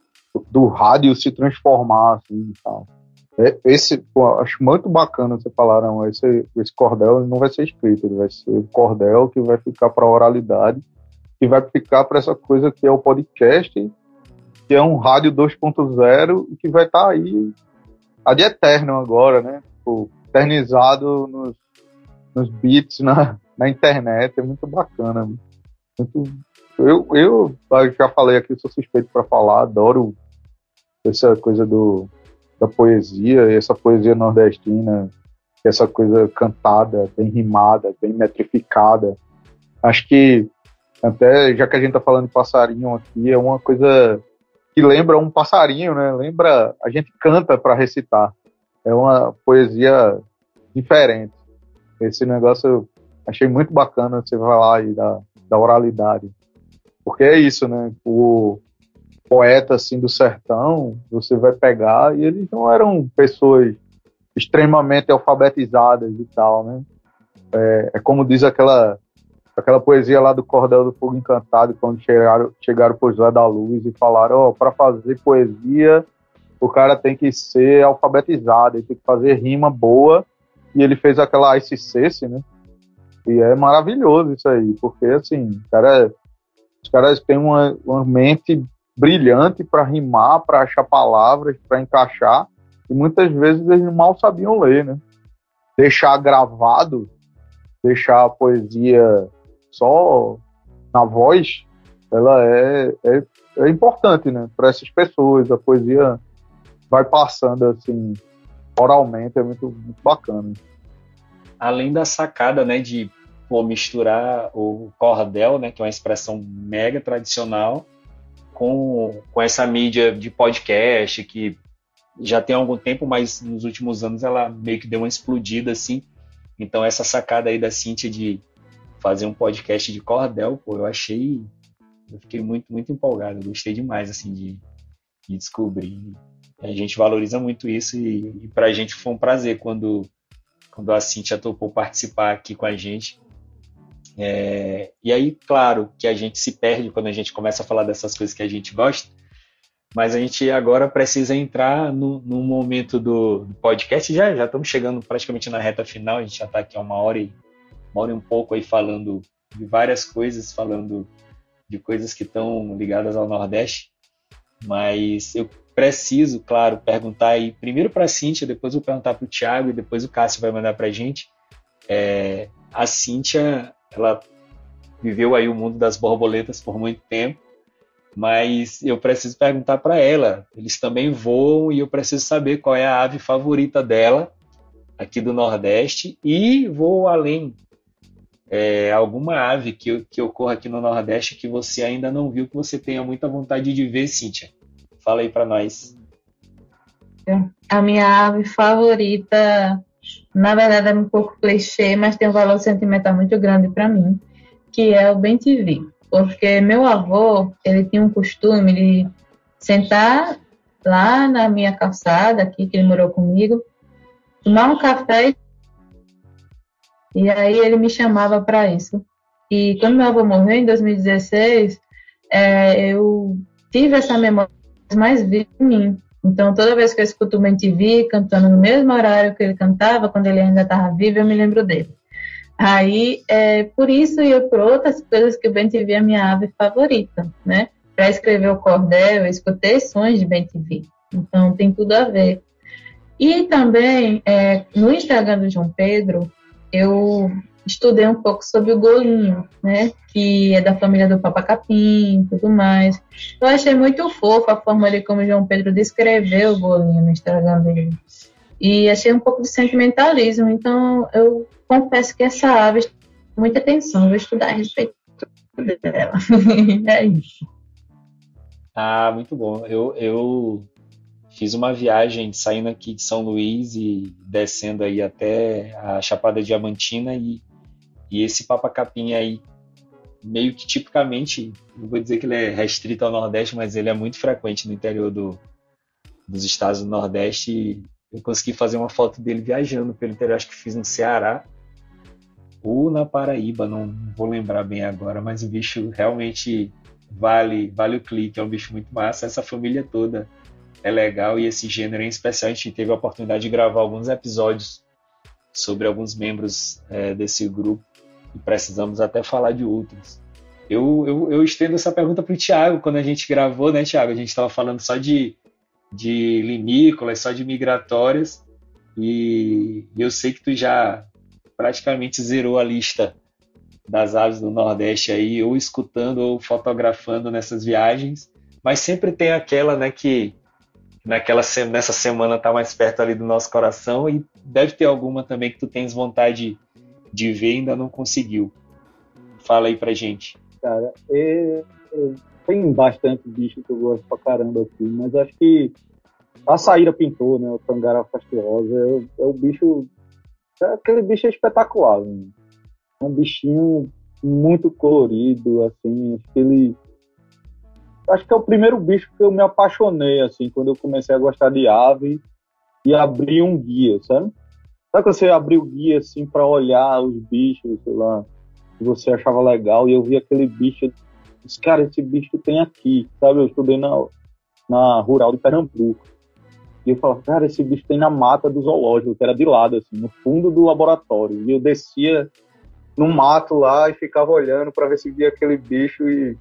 do rádio se transformar, assim, e tal. Esse, pô, acho muito bacana vocês falaram, esse, esse cordel não vai ser escrito, ele vai ser o cordel que vai ficar para a oralidade, que vai ficar para essa coisa que é o podcast, que é um rádio dois ponto zero e que vai estar tá aí ad eterno agora, né? Tipo, eternizado nos, nos beats na, na internet, é muito bacana. Muito, eu, eu já falei aqui, sou suspeito para falar, adoro essa coisa do da poesia, essa poesia nordestina, essa coisa cantada, bem rimada, bem metrificada. Acho que, até já que a gente tá falando de passarinho aqui, é uma coisa que lembra um passarinho, né? Lembra, a gente canta para recitar. É uma poesia diferente. Esse negócio eu achei muito bacana, você vai lá aí da, da oralidade. Porque é isso, né? O poeta assim do sertão, você vai pegar, e eles não eram pessoas extremamente alfabetizadas e tal, né? É, é como diz aquela aquela poesia lá do Cordel do Fogo Encantado, quando chegaram, chegaram pro José da Luz e falaram, ó, oh, para fazer poesia o cara tem que ser alfabetizado, ele tem que fazer rima boa, e ele fez aquela Ice Cesse, né? E é maravilhoso isso aí, porque assim, cara, os caras têm uma, uma mente brilhante para rimar, para achar palavras, para encaixar, e muitas vezes eles mal sabiam ler, né? Deixar gravado, deixar a poesia só na voz, ela é, é, é importante, né? Para essas pessoas, a poesia vai passando assim, oralmente, é muito, muito bacana. Além da sacada, né, de pô, misturar o cordel, né, que é uma expressão mega tradicional, com, com essa mídia de podcast, que já tem algum tempo, mas nos últimos anos ela meio que deu uma explodida, assim. Então essa sacada aí da Cíntia de fazer um podcast de cordel, pô, eu achei, eu fiquei muito, muito empolgado, eu gostei demais, assim, de, de descobrir. A gente valoriza muito isso e, e pra gente foi um prazer quando, quando a Cíntia topou participar aqui com a gente. É, e aí, claro, que a gente se perde quando a gente começa a falar dessas coisas que a gente gosta, mas a gente agora precisa entrar no, no momento do, do podcast. Já, já estamos chegando praticamente na reta final, a gente já está aqui há uma hora e, uma hora e um pouco aí falando de várias coisas, falando de coisas que estão ligadas ao Nordeste, mas eu preciso, claro, perguntar aí, primeiro para a Cíntia, depois eu vou perguntar para o Thiago e depois o Cássio vai mandar para a gente. É, a Cíntia, ela viveu aí o mundo das borboletas por muito tempo, mas eu preciso perguntar para ela. Eles também voam e eu preciso saber qual é a ave favorita dela aqui do Nordeste e vou além. É, alguma ave que, que ocorra aqui no Nordeste que você ainda não viu, que você tenha muita vontade de ver, Cíntia? Fala aí para nós. A minha ave favorita, na verdade é um pouco clichê, mas tem um valor sentimental muito grande para mim, que é o bem-te-vi. Porque meu avô, ele tinha um costume de sentar lá na minha calçada, aqui que ele morou comigo, tomar um café e aí ele me chamava para isso. E quando meu avô morreu em dois mil e dezesseis, é, eu tive essa memória mais viva em mim. Então, toda vez que eu escuto o bem-te-vi cantando no mesmo horário que ele cantava, quando ele ainda estava vivo, eu me lembro dele. Aí, é, por isso e por outras coisas que o bem-te-vi é a minha ave favorita, né? Para escrever o cordel, eu escutei sons de bem-te-vi. Então, tem tudo a ver. E também, é, no Instagram do João Pedro, eu estudei um pouco sobre o golinho, né? Que é da família do papacapim e tudo mais. Eu achei muito fofo a forma de como o João Pedro descreveu o golinho no Instagram dele. E achei um pouco de sentimentalismo. Então, eu confesso que essa ave chama muita atenção. Vou estudar a respeito dela. É isso. Ah, muito bom. Eu, eu fiz uma viagem saindo aqui de São Luís e descendo aí até a Chapada Diamantina e, e esse papacapim aí, meio que tipicamente, não vou dizer que ele é restrito ao Nordeste, mas ele é muito frequente no interior do, dos estados do Nordeste. E eu consegui fazer uma foto dele viajando pelo interior, acho que fiz no Ceará ou na Paraíba, não vou lembrar bem agora, mas o bicho realmente vale, vale o clique, é um bicho muito massa. Essa família toda é legal e esse gênero em especial, a gente teve a oportunidade de gravar alguns episódios sobre alguns membros é, desse grupo e precisamos até falar de outros. Eu, eu, eu estendo essa pergunta para o Thiago, quando a gente gravou, né, Thiago? A gente estava falando só de, de limícolas, só de migratórias e eu sei que tu já praticamente zerou a lista das aves do Nordeste aí, ou escutando ou fotografando nessas viagens, mas sempre tem aquela, né, que naquela, nessa semana tá mais perto ali do nosso coração e deve ter alguma também que tu tens vontade de ver e ainda não conseguiu. Fala aí pra gente. Cara, é, é, tem bastante bicho que eu gosto pra caramba aqui, mas acho que a saíra pintor, né, o Tangara fastuosa, é, é o bicho, é, aquele bicho é espetacular, né? É um bichinho muito colorido, assim, acho que ele acho que é o primeiro bicho que eu me apaixonei, assim, quando eu comecei a gostar de ave e abri um guia, sabe? Sabe quando você abriu o guia, assim, para olhar os bichos, sei lá, que você achava legal, e eu vi aquele bicho, eu disse, cara, esse bicho tem aqui, sabe? Eu estudei na, na Rural de Pernambuco. E eu falava, cara, esse bicho tem na mata do zoológico, que era de lado, assim, no fundo do laboratório. E eu descia no mato lá e ficava olhando para ver se via aquele bicho e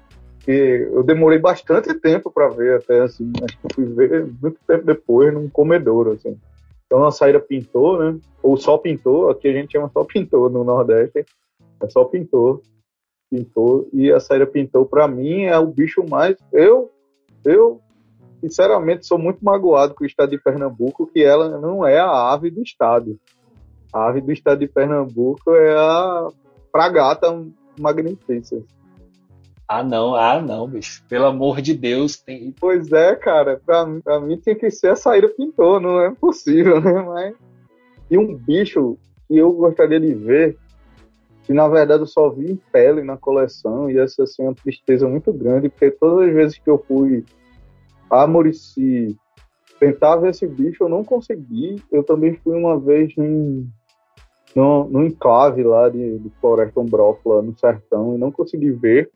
que eu demorei bastante tempo para ver até, assim, acho que eu fui ver muito tempo depois num comedouro, assim. Então a saíra pintor, né, ou só pintor, aqui a gente chama só pintor no Nordeste, é só pintor, pintor, e a saíra pintor para mim é o bicho mais, eu, eu sinceramente sou muito magoado com o estado de Pernambuco, que ela não é a ave do estado. A ave do estado de Pernambuco é a fragata magnificens. Ah, não, ah, não, bicho. Pelo amor de Deus. Tem... Pois é, cara. Pra, pra mim tinha que ser a saíra pintor, não é possível, né? Mas... E um bicho que eu gostaria de ver, que na verdade eu só vi em pele na coleção, e essa assim, é uma tristeza muito grande, porque todas as vezes que eu fui a Murici tentar ver esse bicho, eu não consegui. Eu também fui uma vez em, no, no enclave lá de, de Floresta Umbrófila, no sertão, e não consegui ver.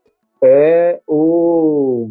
É o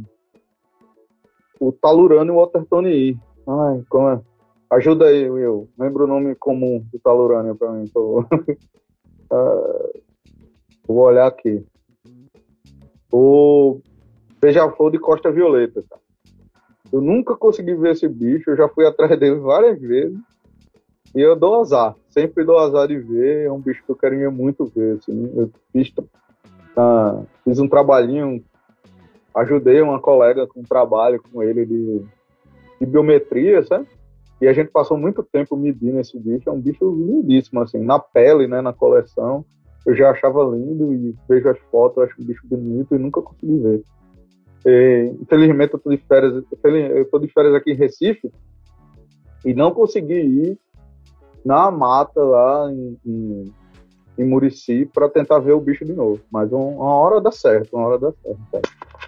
o Talurânio Watertonii. Ai, como é? Ajuda aí, Will. Lembra o nome comum do Talurânio para mim, por favor. uh, vou olhar aqui. o beija-flor de costa violeta, cara. Eu nunca consegui ver esse bicho, eu já fui atrás dele várias vezes, e eu dou azar, sempre dou azar de ver, é um bicho que eu queria muito ver, assim. Eu fiz, uh, fiz um trabalhinho, ajudei uma colega com um trabalho com ele de, de biometria, sabe? E a gente passou muito tempo medindo esse bicho, é um bicho lindíssimo, assim, na pele, né, na coleção, eu já achava lindo, e vejo as fotos, acho um bicho bonito, e nunca consegui ver. E, infelizmente eu tô de férias, eu tô de férias aqui em Recife, e não consegui ir na mata lá em, em, em Murici para tentar ver o bicho de novo, mas um, uma hora dá certo, uma hora dá certo. Tá?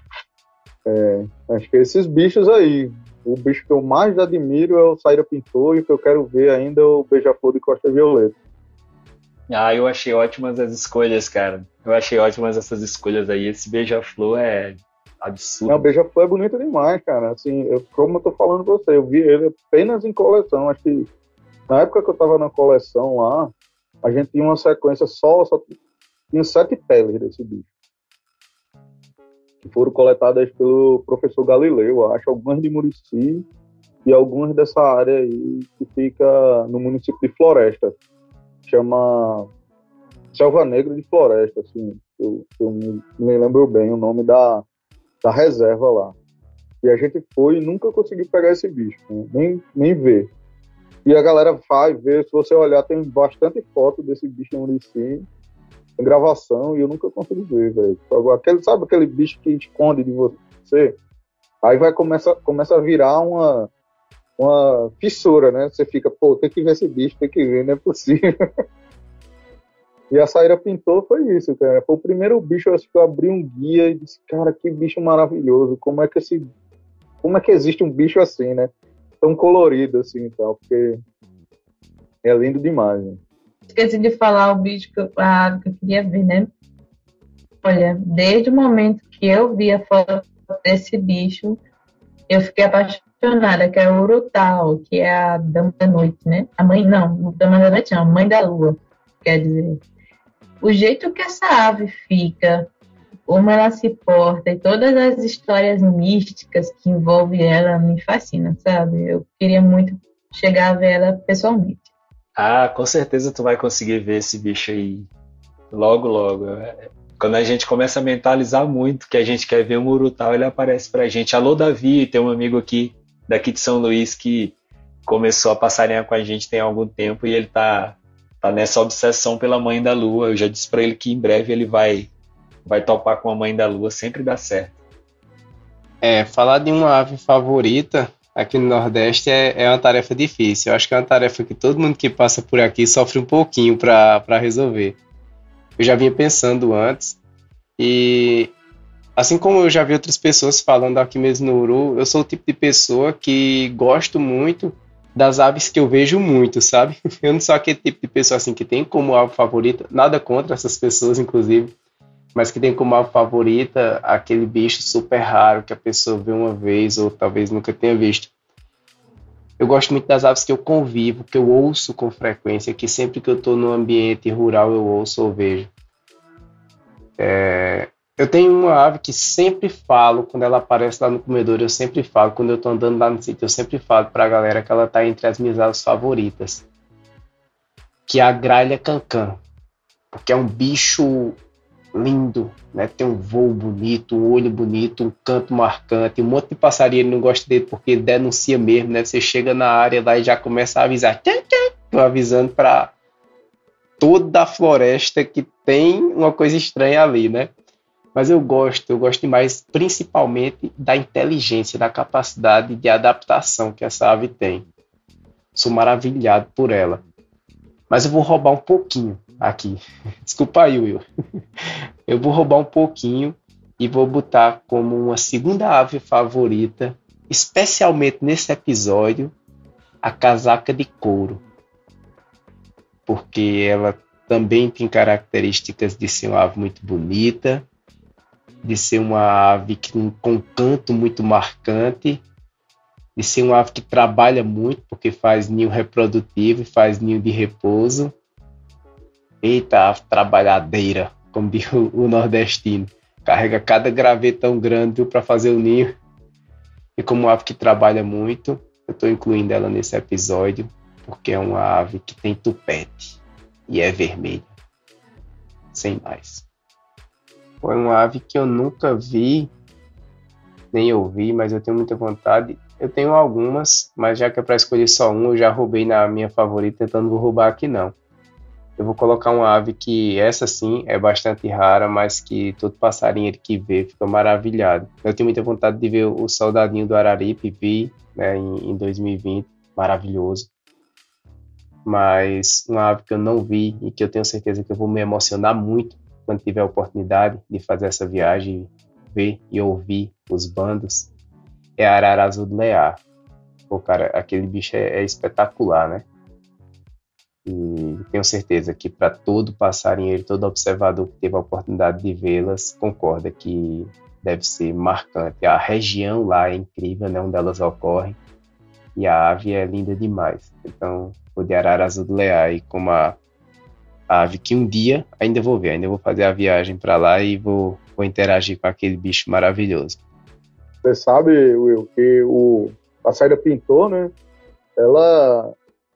É, acho que esses bichos aí, o bicho que eu mais admiro é o Saíra Pintor, e o que eu quero ver ainda é o beija-flor de costa violeta. Ah, eu achei ótimas as escolhas, cara. Eu achei ótimas essas escolhas aí. Esse beija-flor é absurdo. Não, o beija-flor é bonito demais, cara. Assim, eu, como eu tô falando pra você, eu vi ele apenas em coleção. Acho que na época que eu tava na coleção lá, a gente tinha uma sequência só, só tinha sete peles desse bicho. Que foram coletadas pelo professor Galileu, acho, algumas de Murici e algumas dessa área aí que fica no município de Floresta. Chama Selva Negra de Floresta, assim, eu, eu me, me lembro bem o nome da, da reserva lá. E a gente foi e nunca conseguiu pegar esse bicho, né? nem, nem ver. E a galera vai ver, se você olhar, tem bastante foto desse bicho em Murici, em gravação, e eu nunca consegui ver, velho. Aquele, sabe aquele bicho que esconde de você? Aí vai começa, começa a virar uma, uma fissura, né? Você fica, pô, tem que ver esse bicho, tem que ver, não é possível. E a Saíra Pintor foi isso, cara. Foi o primeiro bicho assim, que eu abri um guia e disse, cara, que bicho maravilhoso. Como é que esse, como é que existe um bicho assim, né? Tão colorido assim, tal, porque é lindo demais, né? Esqueci de falar o bicho que eu, a ave que eu queria ver, né? Olha, desde o momento que eu vi a foto desse bicho, eu fiquei apaixonada, que é o Urutau, que é a dama da noite, né? A mãe, não, dama da noite não, a mãe da lua, quer dizer. O jeito que essa ave fica, como ela se porta e todas as histórias místicas que envolvem ela me fascinam, sabe? Eu queria muito chegar a ver ela pessoalmente. Ah, com certeza tu vai conseguir ver esse bicho aí logo, logo. Quando a gente começa a mentalizar muito que a gente quer ver um Urutau, ele aparece pra gente. Alô, Davi, tem um amigo aqui, daqui de São Luís, que começou a passarinhar com a gente tem algum tempo e ele tá, tá nessa obsessão pela Mãe da Lua. Eu já disse pra ele que em breve ele vai, vai topar com a Mãe da Lua, sempre dá certo. É, falar de uma ave favorita aqui no Nordeste é, é uma tarefa difícil. Eu acho que é uma tarefa que todo mundo que passa por aqui sofre um pouquinho para resolver. Eu já vinha pensando antes, e assim como eu já vi outras pessoas falando aqui mesmo no Uru, eu sou o tipo de pessoa que gosto muito das aves que eu vejo muito, sabe? Eu não sou aquele tipo de pessoa assim que tem como ave favorita, nada contra essas pessoas, inclusive, mas que tem como ave favorita aquele bicho super raro que a pessoa vê uma vez ou talvez nunca tenha visto. Eu gosto muito das aves que eu convivo, que eu ouço com frequência, que sempre que eu estou no ambiente rural eu ouço ou vejo. É... Eu tenho uma ave que sempre falo, quando ela aparece lá no comedor, eu sempre falo, quando eu estou andando lá no sítio, eu sempre falo para a galera que ela está entre as minhas aves favoritas, que é a gralha cancã, porque é um bicho lindo, né? Tem um voo bonito, um olho bonito, um canto marcante, um monte de passarinho, ele não gosta dele porque ele denuncia mesmo, né? Você chega na área lá e já começa a avisar, avisando para toda a floresta que tem uma coisa estranha ali, né? Mas eu gosto, eu gosto demais, principalmente da inteligência, da capacidade de adaptação que essa ave tem. Sou maravilhado por ela. Mas eu vou roubar um pouquinho aqui. Desculpa aí, Will. Eu vou roubar um pouquinho e vou botar como uma segunda ave favorita, especialmente nesse episódio, a casaca de couro. Porque ela também tem características de ser uma ave muito bonita, de ser uma ave com um canto muito marcante, de ser uma ave que trabalha muito, porque faz ninho reprodutivo e faz ninho de repouso. Eita, ave trabalhadeira, como diz o, o nordestino. carrega cada gravetão grande para fazer o ninho. E como uma ave que trabalha muito, eu estou incluindo ela nesse episódio, porque é uma ave que tem tupete e é vermelha. Sem mais. Foi uma ave que eu nunca vi, nem ouvi, mas eu tenho muita vontade. Eu tenho algumas, mas já que é para escolher só uma, eu já roubei na minha favorita, então não vou roubar aqui não. Eu vou colocar uma ave que, essa sim, é bastante rara, mas que todo passarinho que vê fica maravilhado. Eu tenho muita vontade de ver o soldadinho do Araripe, vi, né, em, em dois mil e vinte, maravilhoso. Mas uma ave que eu não vi e que eu tenho certeza que eu vou me emocionar muito quando tiver a oportunidade de fazer essa viagem, ver e ouvir os bandos, é a arara azul do Lear. Pô, cara, aquele bicho é, é espetacular, né? E tenho certeza que para todo passarinheiro, todo observador que teve a oportunidade de vê-las, concorda que deve ser marcante. A região lá é incrível, né, onde elas ocorrem, e a ave é linda demais. Então, vou de arara azul do Lear aí como a ave que um dia ainda vou ver, ainda vou fazer a viagem para lá e vou, vou interagir com aquele bicho maravilhoso. Você sabe, Will, que o, a saída pintor, né, ela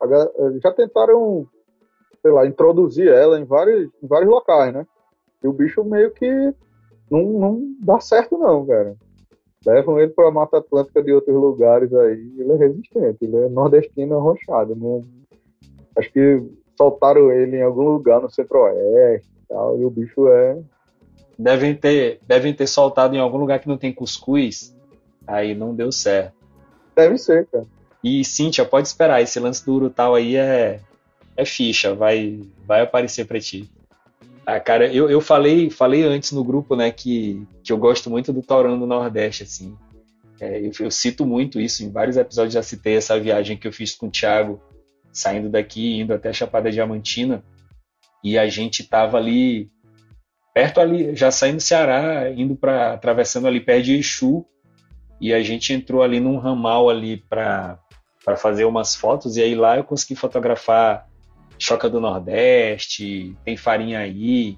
já tentaram, sei lá, introduzir ela em vários, em vários locais, né, e o bicho meio que não, não dá certo não, cara. Levam ele para a Mata Atlântica de outros lugares aí, ele é resistente, ele é nordestino arrochado. Não... Acho que soltaram ele em algum lugar no centro-oeste e tal, e o bicho é... Devem ter, devem ter soltado em algum lugar que não tem cuscuz, aí não deu certo. Deve ser, cara. E, Cíntia, pode esperar, esse lance do Urutau aí é, é ficha, vai, vai aparecer para ti. Ah, cara, eu, eu falei, falei antes no grupo, né, que, que eu gosto muito do Taurão do Nordeste, assim. É, eu, eu cito muito isso, em vários episódios já citei essa viagem que eu fiz com o Thiago, saindo daqui, indo até Chapada Diamantina, e a gente tava ali, perto ali, já saindo do Ceará, indo para, atravessando ali perto de Exu, e a gente entrou ali num ramal ali para para fazer umas fotos, e aí lá eu consegui fotografar Choca do Nordeste, tem Farinha aí,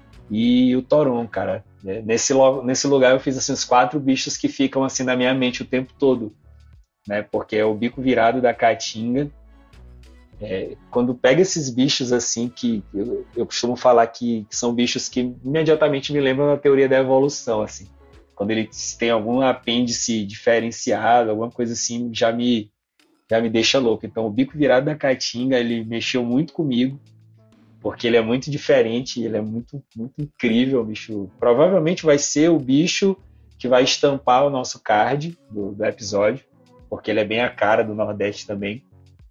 e o Toron, cara. Nesse, nesse lugar eu fiz assim, os quatro bichos que ficam assim na minha mente o tempo todo, né? Porque é o bico virado da Caatinga. É, quando pega esses bichos assim, que eu, eu costumo falar que, que são bichos que imediatamente me lembram da teoria da evolução, assim. Quando ele tem algum apêndice diferenciado, alguma coisa assim, já me já me deixa louco. Então, o bico virado da Caatinga, ele mexeu muito comigo, porque ele é muito diferente, ele é muito, muito incrível, bicho. Provavelmente vai ser o bicho que vai estampar o nosso card do, do episódio, porque ele é bem a cara do Nordeste também.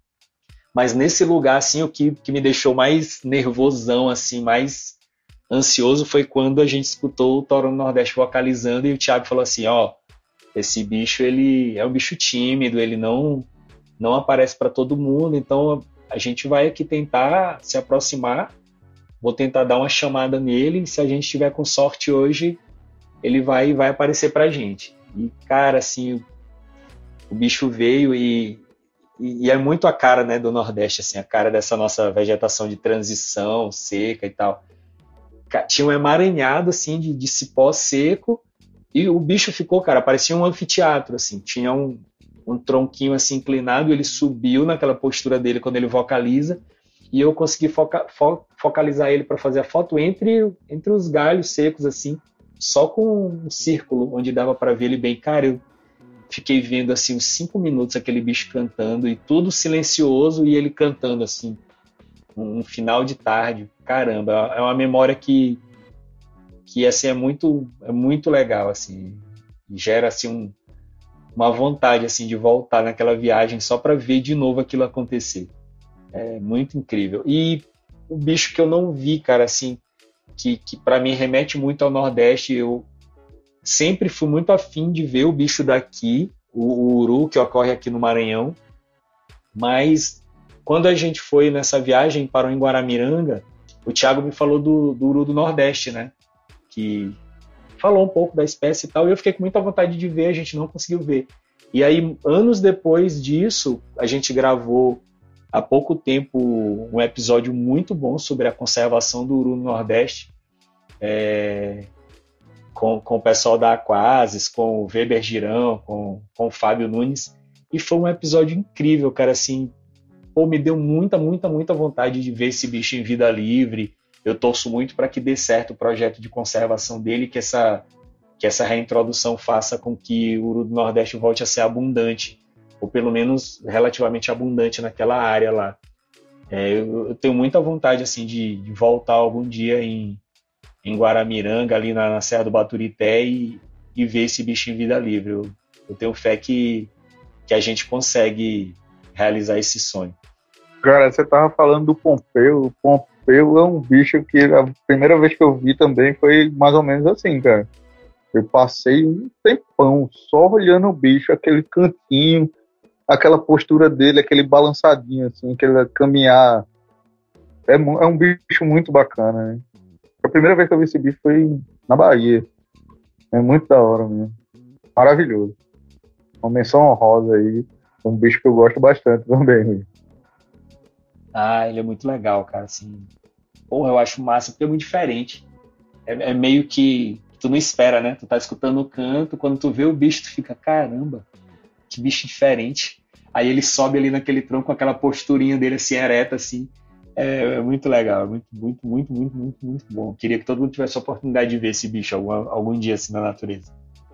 Mas nesse lugar, assim, o que, que me deixou mais nervosão, assim, mais ansioso, foi quando a gente escutou o Taurão do Nordeste vocalizando e o Thiago falou assim, ó, esse bicho, ele é um bicho tímido, ele não... não aparece para todo mundo, então a gente vai aqui tentar se aproximar, vou tentar dar uma chamada nele, e se a gente tiver com sorte hoje, ele vai, vai aparecer para a gente. E, cara, assim, o, o bicho veio e, e, e é muito a cara, né, do Nordeste, assim, a cara dessa nossa vegetação de transição, seca e tal. Tinha um emaranhado, assim, de, de cipó seco, e o bicho ficou, cara, parecia um anfiteatro, assim, tinha um um tronquinho assim inclinado, ele subiu naquela postura dele quando ele vocaliza, e eu consegui foca, fo, focalizar ele para fazer a foto entre, entre os galhos secos, assim, só com um círculo, onde dava para ver ele bem. Cara, eu fiquei vendo assim uns cinco minutos aquele bicho cantando, e tudo silencioso, e ele cantando assim, um, um final de tarde. Caramba, é uma memória que, que assim, é muito, é muito legal, assim, gera assim um uma vontade assim de voltar naquela viagem só para ver de novo aquilo acontecer. É muito incrível. E o bicho que eu não vi, cara, assim, que, que para mim remete muito ao Nordeste, eu sempre fui muito afim de ver o bicho daqui, o, o uru, que ocorre aqui no Maranhão, mas quando a gente foi nessa viagem, parou em Guaramiranga, o Thiago me falou do, do uru do Nordeste, né, que falou um pouco da espécie e tal, e eu fiquei com muita vontade de ver, a gente não conseguiu ver. E aí, anos depois disso, a gente gravou há pouco tempo um episódio muito bom sobre a conservação do uru no Nordeste. É... com, com o pessoal da Aquasis, com o Weber Girão, com, com o Fábio Nunes, e foi um episódio incrível, cara, assim, pô, me deu muita, muita, muita vontade de ver esse bicho em vida livre. Eu torço muito para que dê certo o projeto de conservação dele, que essa, que essa reintrodução faça com que o Uru do Nordeste volte a ser abundante, ou pelo menos relativamente abundante naquela área lá. É, eu, eu tenho muita vontade assim, de, de voltar algum dia em, em Guaramiranga, ali na, na Serra do Baturité, e, e ver esse bicho em vida livre. Eu, eu tenho fé que, que a gente consegue realizar esse sonho. Cara, você tava falando do Pompeu. O Pompeu é um bicho que a primeira vez que eu vi também foi mais ou menos assim, cara. Eu passei um tempão só olhando o bicho, aquele cantinho, aquela postura dele, aquele balançadinho, assim, aquele caminhar. É, é um bicho muito bacana, né? A primeira vez que eu vi esse bicho foi na Bahia. É muito da hora mesmo. Maravilhoso. Uma menção honrosa aí. Um bicho que eu gosto bastante também. Ah, ele é muito legal, cara, assim. Porra, eu acho massa, porque é muito diferente. É, é meio que tu não espera, né? Tu tá escutando o canto, quando tu vê o bicho, tu fica, caramba, que bicho diferente. Aí ele sobe ali naquele tronco com aquela posturinha dele assim, ereta, assim. É, é muito legal, é muito, muito, muito, muito, muito, muito bom. Queria que todo mundo tivesse a oportunidade de ver esse bicho algum, algum dia assim na natureza.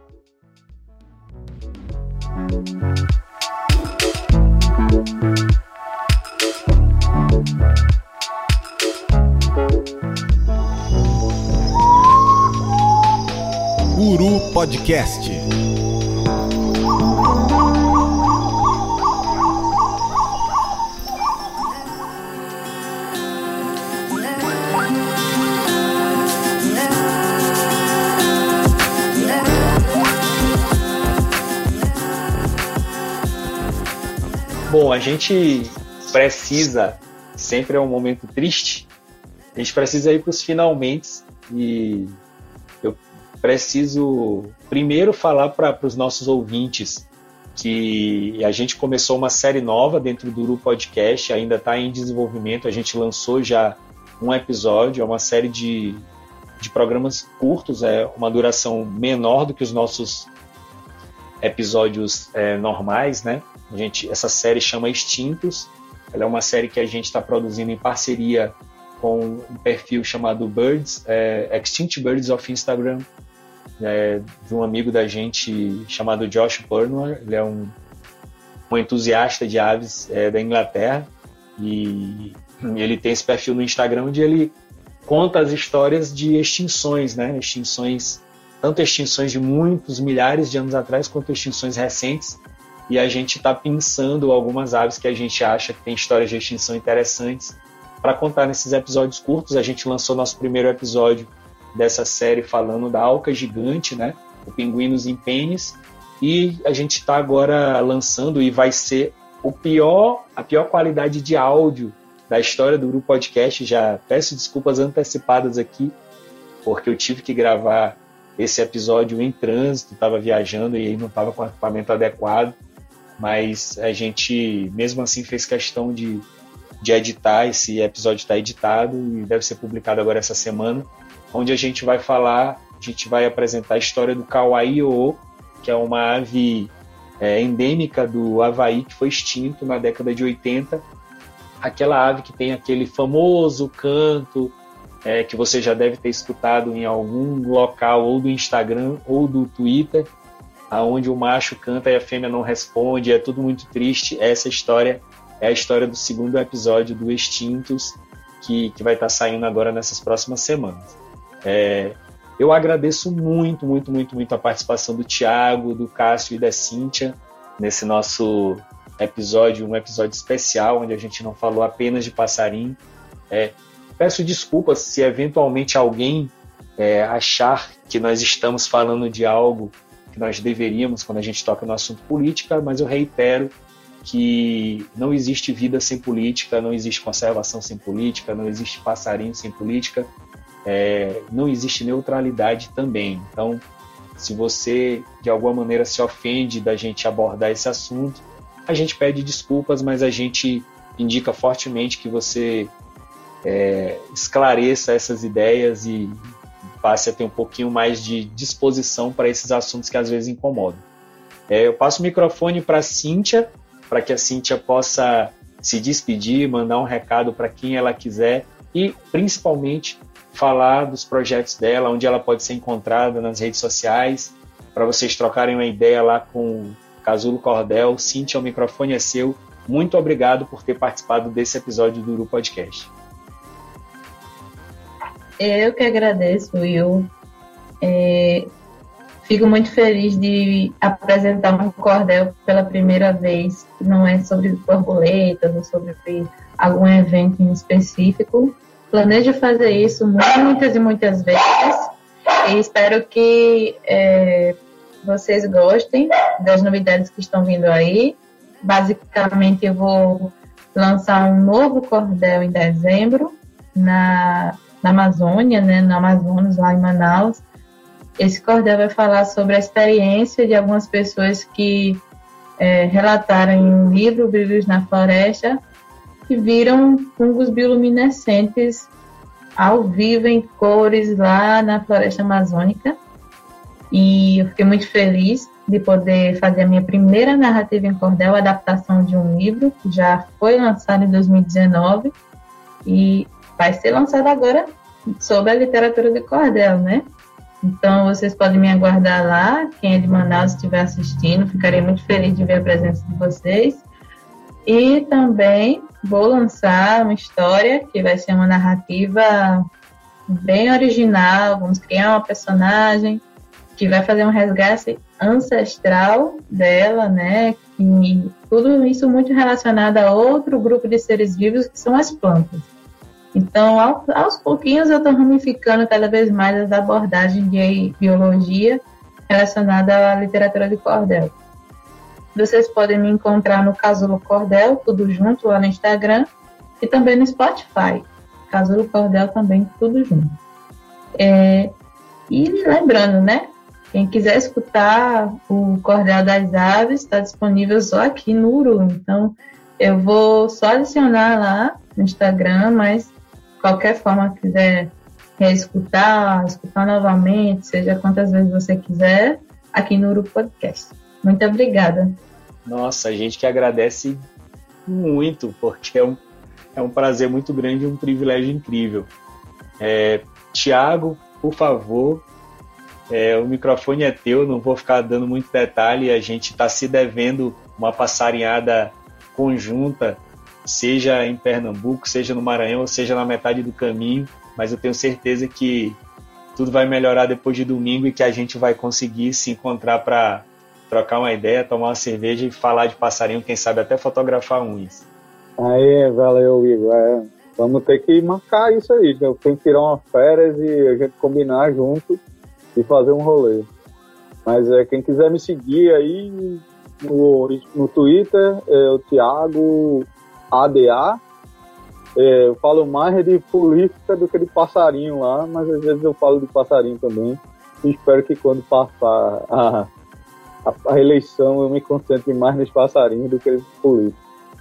Uru Podcast. Bom, a gente precisa, sempre é um momento triste, a gente precisa ir para os finalmente, e eu preciso primeiro falar para os nossos ouvintes que a gente começou uma série nova dentro do Uru Podcast, ainda está em desenvolvimento, a gente lançou já um episódio, é uma série de, de programas curtos, é uma duração menor do que os nossos episódios é, normais, né? A gente, essa série chama Extintos, ela é uma série que a gente está produzindo em parceria com um perfil chamado Birds, é, Extinct Birds of Instagram, é, de um amigo da gente chamado Josh Purnwar. Ele é um, um entusiasta de aves é, da Inglaterra, e ele tem esse perfil no Instagram onde ele conta as histórias de extinções, né? Extinções, tanto extinções de muitos milhares de anos atrás quanto extinções recentes, e a gente está pensando algumas aves que a gente acha que tem histórias de extinção interessantes para contar nesses episódios curtos. A gente lançou nosso primeiro episódio dessa série falando da alca gigante, né, o Pinguinus impennis, e a gente está agora lançando, e vai ser o pior, a pior qualidade de áudio da história do Uru Podcast. Já peço desculpas antecipadas aqui, porque eu tive que gravar esse episódio em trânsito, estava viajando e aí não estava com o equipamento adequado, mas a gente mesmo assim fez questão de, de editar. Esse episódio está editado e deve ser publicado agora essa semana, onde a gente vai falar, a gente vai apresentar a história do Kauai-ô, que é uma ave é, endêmica do Havaí, que foi extinto na década de oitenta, aquela ave que tem aquele famoso canto é, que você já deve ter escutado em algum local, ou do Instagram ou do Twitter, aonde o macho canta e a fêmea não responde, é tudo muito triste. Essa história é a história do segundo episódio do Extintos, que, que vai estar saindo agora nessas próximas semanas. É, eu agradeço muito, muito, muito, muito a participação do Thiago, do Cássio e da Cíntia nesse nosso episódio, um episódio especial, onde a gente não falou apenas de passarinho. É, peço desculpas se eventualmente alguém é, achar que nós estamos falando de algo que nós deveríamos quando a gente toca no assunto política, mas eu reitero que não existe vida sem política, não existe conservação sem política, não existe passarinho sem política, é, não existe neutralidade também. Então, se você de alguma maneira se ofende da gente abordar esse assunto, a gente pede desculpas, mas a gente indica fortemente que você é, esclareça essas ideias e passe a ter um pouquinho mais de disposição para esses assuntos que às vezes incomodam. É, eu passo o microfone para a Cíntia, para que a Cíntia possa se despedir, mandar um recado para quem ela quiser e, principalmente, falar dos projetos dela, onde ela pode ser encontrada nas redes sociais, para vocês trocarem uma ideia lá com o Casulo Cordel. Cíntia, o microfone é seu. Muito obrigado por ter participado desse episódio do Uru Podcast. Eu que agradeço, Will. É, fico muito feliz de apresentar um cordel pela primeira vez, que não é sobre borboletas ou sobre algum evento em específico. Planejo fazer isso muitas e muitas vezes e espero que é, vocês gostem das novidades que estão vindo aí. Basicamente, eu vou lançar um novo cordel em dezembro na, na Amazônia, né, no Amazonas, lá em Manaus. Esse cordel vai falar sobre a experiência de algumas pessoas que é, relataram em um livro, Brilhos na Floresta, que viram fungos bioluminescentes ao vivo em cores lá na floresta amazônica. E eu fiquei muito feliz de poder fazer a minha primeira narrativa em cordel, a adaptação de um livro que já foi lançado em dois mil e dezenove e vai ser lançado agora sobre a literatura de cordel, né? Então vocês podem me aguardar lá, quem é de Manaus estiver assistindo, ficarei muito feliz de ver a presença de vocês. E também vou lançar uma história que vai ser uma narrativa bem original. Vamos criar uma personagem que vai fazer um resgate ancestral dela, né? E tudo isso muito relacionado a outro grupo de seres vivos, que são as plantas. Então, ao, aos pouquinhos, eu estou ramificando cada vez mais as abordagens de biologia relacionada à literatura de cordel. Vocês podem me encontrar no Casulo Cordel, tudo junto, lá no Instagram, e também no Spotify. Casulo Cordel também, tudo junto. É, e lembrando, né? Quem quiser escutar o Cordel das Aves, está disponível só aqui no Uru. Então, eu vou só adicionar lá no Instagram, mas de qualquer forma que quiser reescutar, escutar novamente, seja quantas vezes você quiser, aqui no Uru Podcast. Muito obrigada. Nossa, a gente que agradece muito, porque é um, é um prazer muito grande e um privilégio incrível. É, Tiago, por favor, é, o microfone é teu, não vou ficar dando muito detalhe, a gente está se devendo uma passarinhada conjunta, seja em Pernambuco, seja no Maranhão, ou seja na metade do caminho, mas eu tenho certeza que tudo vai melhorar depois de domingo e que a gente vai conseguir se encontrar para trocar uma ideia, tomar uma cerveja e falar de passarinho, quem sabe até fotografar unhas. Aí, valeu, Igor. É, vamos ter que marcar isso aí. Eu tenho que tirar uma férias e a gente combinar junto e fazer um rolê. Mas é, quem quiser me seguir aí no, no Twitter, é o Thiago A D A. É, eu falo mais de política do que de passarinho lá, mas às vezes eu falo de passarinho também. E espero que quando passar a A, a eleição eu me concentre mais nos passarinhos do que nos políticos.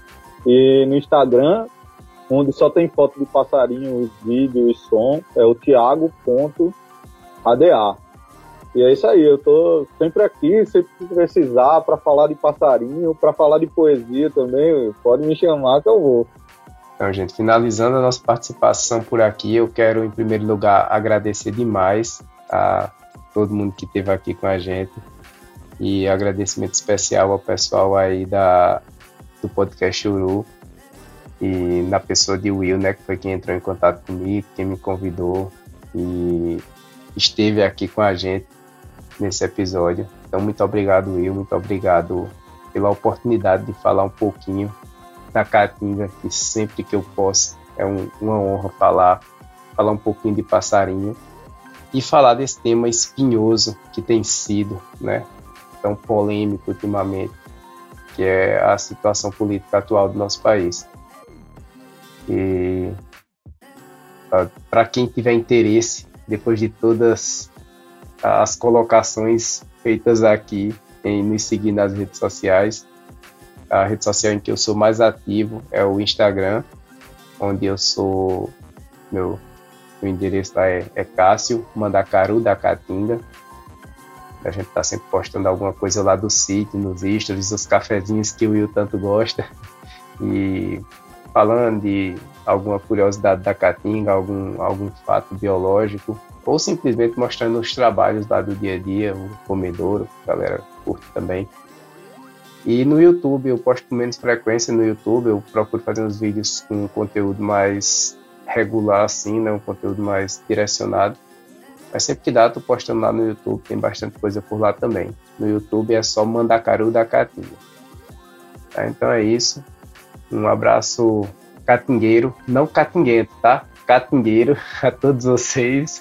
E no Instagram, onde só tem foto de passarinhos, vídeo e som, é o thiago ponto a d a. E é isso aí, eu tô sempre aqui, sempre que precisar, para falar de passarinho, para falar de poesia também, pode me chamar que eu vou. Então, gente, finalizando a nossa participação por aqui, eu quero, em primeiro lugar, agradecer demais a todo mundo que esteve aqui com a gente. E agradecimento especial ao pessoal aí da, do podcast Uru e na pessoa de Will, né, que foi quem entrou em contato comigo, quem me convidou e esteve aqui com a gente nesse episódio. Então, muito obrigado, Will, muito obrigado pela oportunidade de falar um pouquinho da Caatinga, que sempre que eu posso é um, uma honra falar, falar um pouquinho de passarinho e falar desse tema espinhoso que tem sido, né, tão polêmico ultimamente, que é a situação política atual do nosso país. E para quem tiver interesse, depois de todas as colocações feitas aqui, em nos seguir nas redes sociais, a rede social em que eu sou mais ativo é o Instagram, onde eu sou meu O endereço lá é, é Cássio Mandacaru da Caatinga. A gente tá sempre postando alguma coisa lá do sítio, nos stories, os cafezinhos que o Will tanto gosta. E falando de alguma curiosidade da Caatinga, algum, algum fato biológico, ou simplesmente mostrando os trabalhos lá do dia a dia, o comedouro, a galera curte também. E no YouTube, eu posto com menos frequência no YouTube, eu procuro fazer uns vídeos com conteúdo mais regular, assim, né, um conteúdo mais direcionado. Mas sempre que dá, eu tô postando lá no YouTube, tem bastante coisa por lá também. No YouTube é só Mandacaru da Caatinga. Tá, então é isso. Um abraço catingueiro, não catinguento, tá? Catingueiro a todos vocês.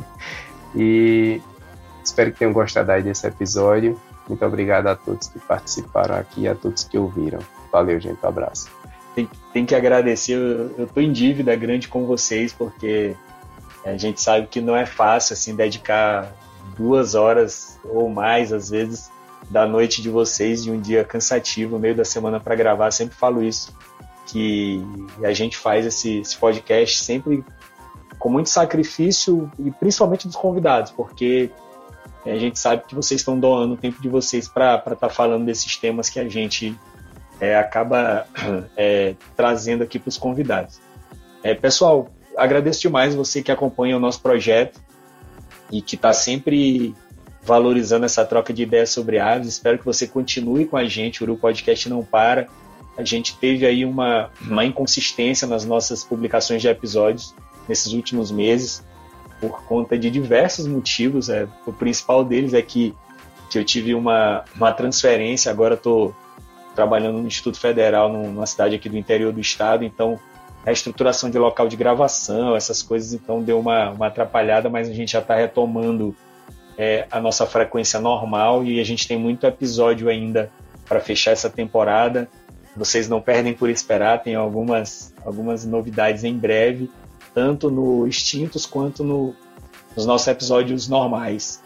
E espero que tenham gostado aí desse episódio. Muito obrigado a todos que participaram aqui e a todos que ouviram. Valeu, gente. Um abraço. Tem, tem que agradecer. Eu, eu tô em dívida grande com vocês, porque a gente sabe que não é fácil assim, dedicar duas horas ou mais, às vezes, da noite de vocês, de um dia cansativo, no meio da semana para gravar. Sempre falo isso, que a gente faz esse, esse podcast sempre com muito sacrifício, e principalmente dos convidados, porque a gente sabe que vocês estão doando o tempo de vocês para estar tá falando desses temas que a gente é, acaba é, trazendo aqui para os convidados. É, pessoal, agradeço demais você que acompanha o nosso projeto e que está sempre valorizando essa troca de ideias sobre aves. Espero que você continue com a gente. O Uru Podcast não para. A gente teve aí uma, uma inconsistência nas nossas publicações de episódios nesses últimos meses, por conta de diversos motivos. É, o principal deles é que, que eu tive uma, uma transferência. Agora estou trabalhando no Instituto Federal, numa cidade aqui do interior do estado, então a estruturação de local de gravação, essas coisas, então deu uma, uma atrapalhada, mas a gente já está retomando é, a nossa frequência normal, e a gente tem muito episódio ainda para fechar essa temporada. Vocês não perdem por esperar, tem algumas, algumas novidades em breve, tanto no Extintos quanto no, nos nossos episódios normais.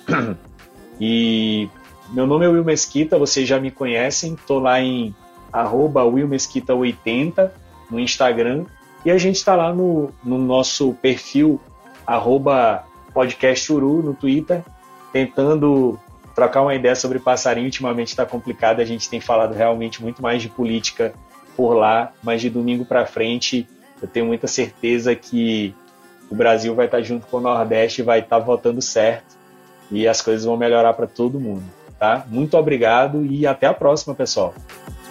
E meu nome é Will Mesquita, vocês já me conhecem, estou lá em arroba Will Mesquita oitenta no Instagram, e a gente está lá no, no nosso perfil arroba Podcast Uru no Twitter, tentando trocar uma ideia sobre passarinho. Ultimamente está complicado, a gente tem falado realmente muito mais de política por lá, mas de domingo para frente eu tenho muita certeza que o Brasil vai estar junto com o Nordeste e vai estar votando certo, e as coisas vão melhorar para todo mundo, tá? Muito obrigado e até a próxima, pessoal.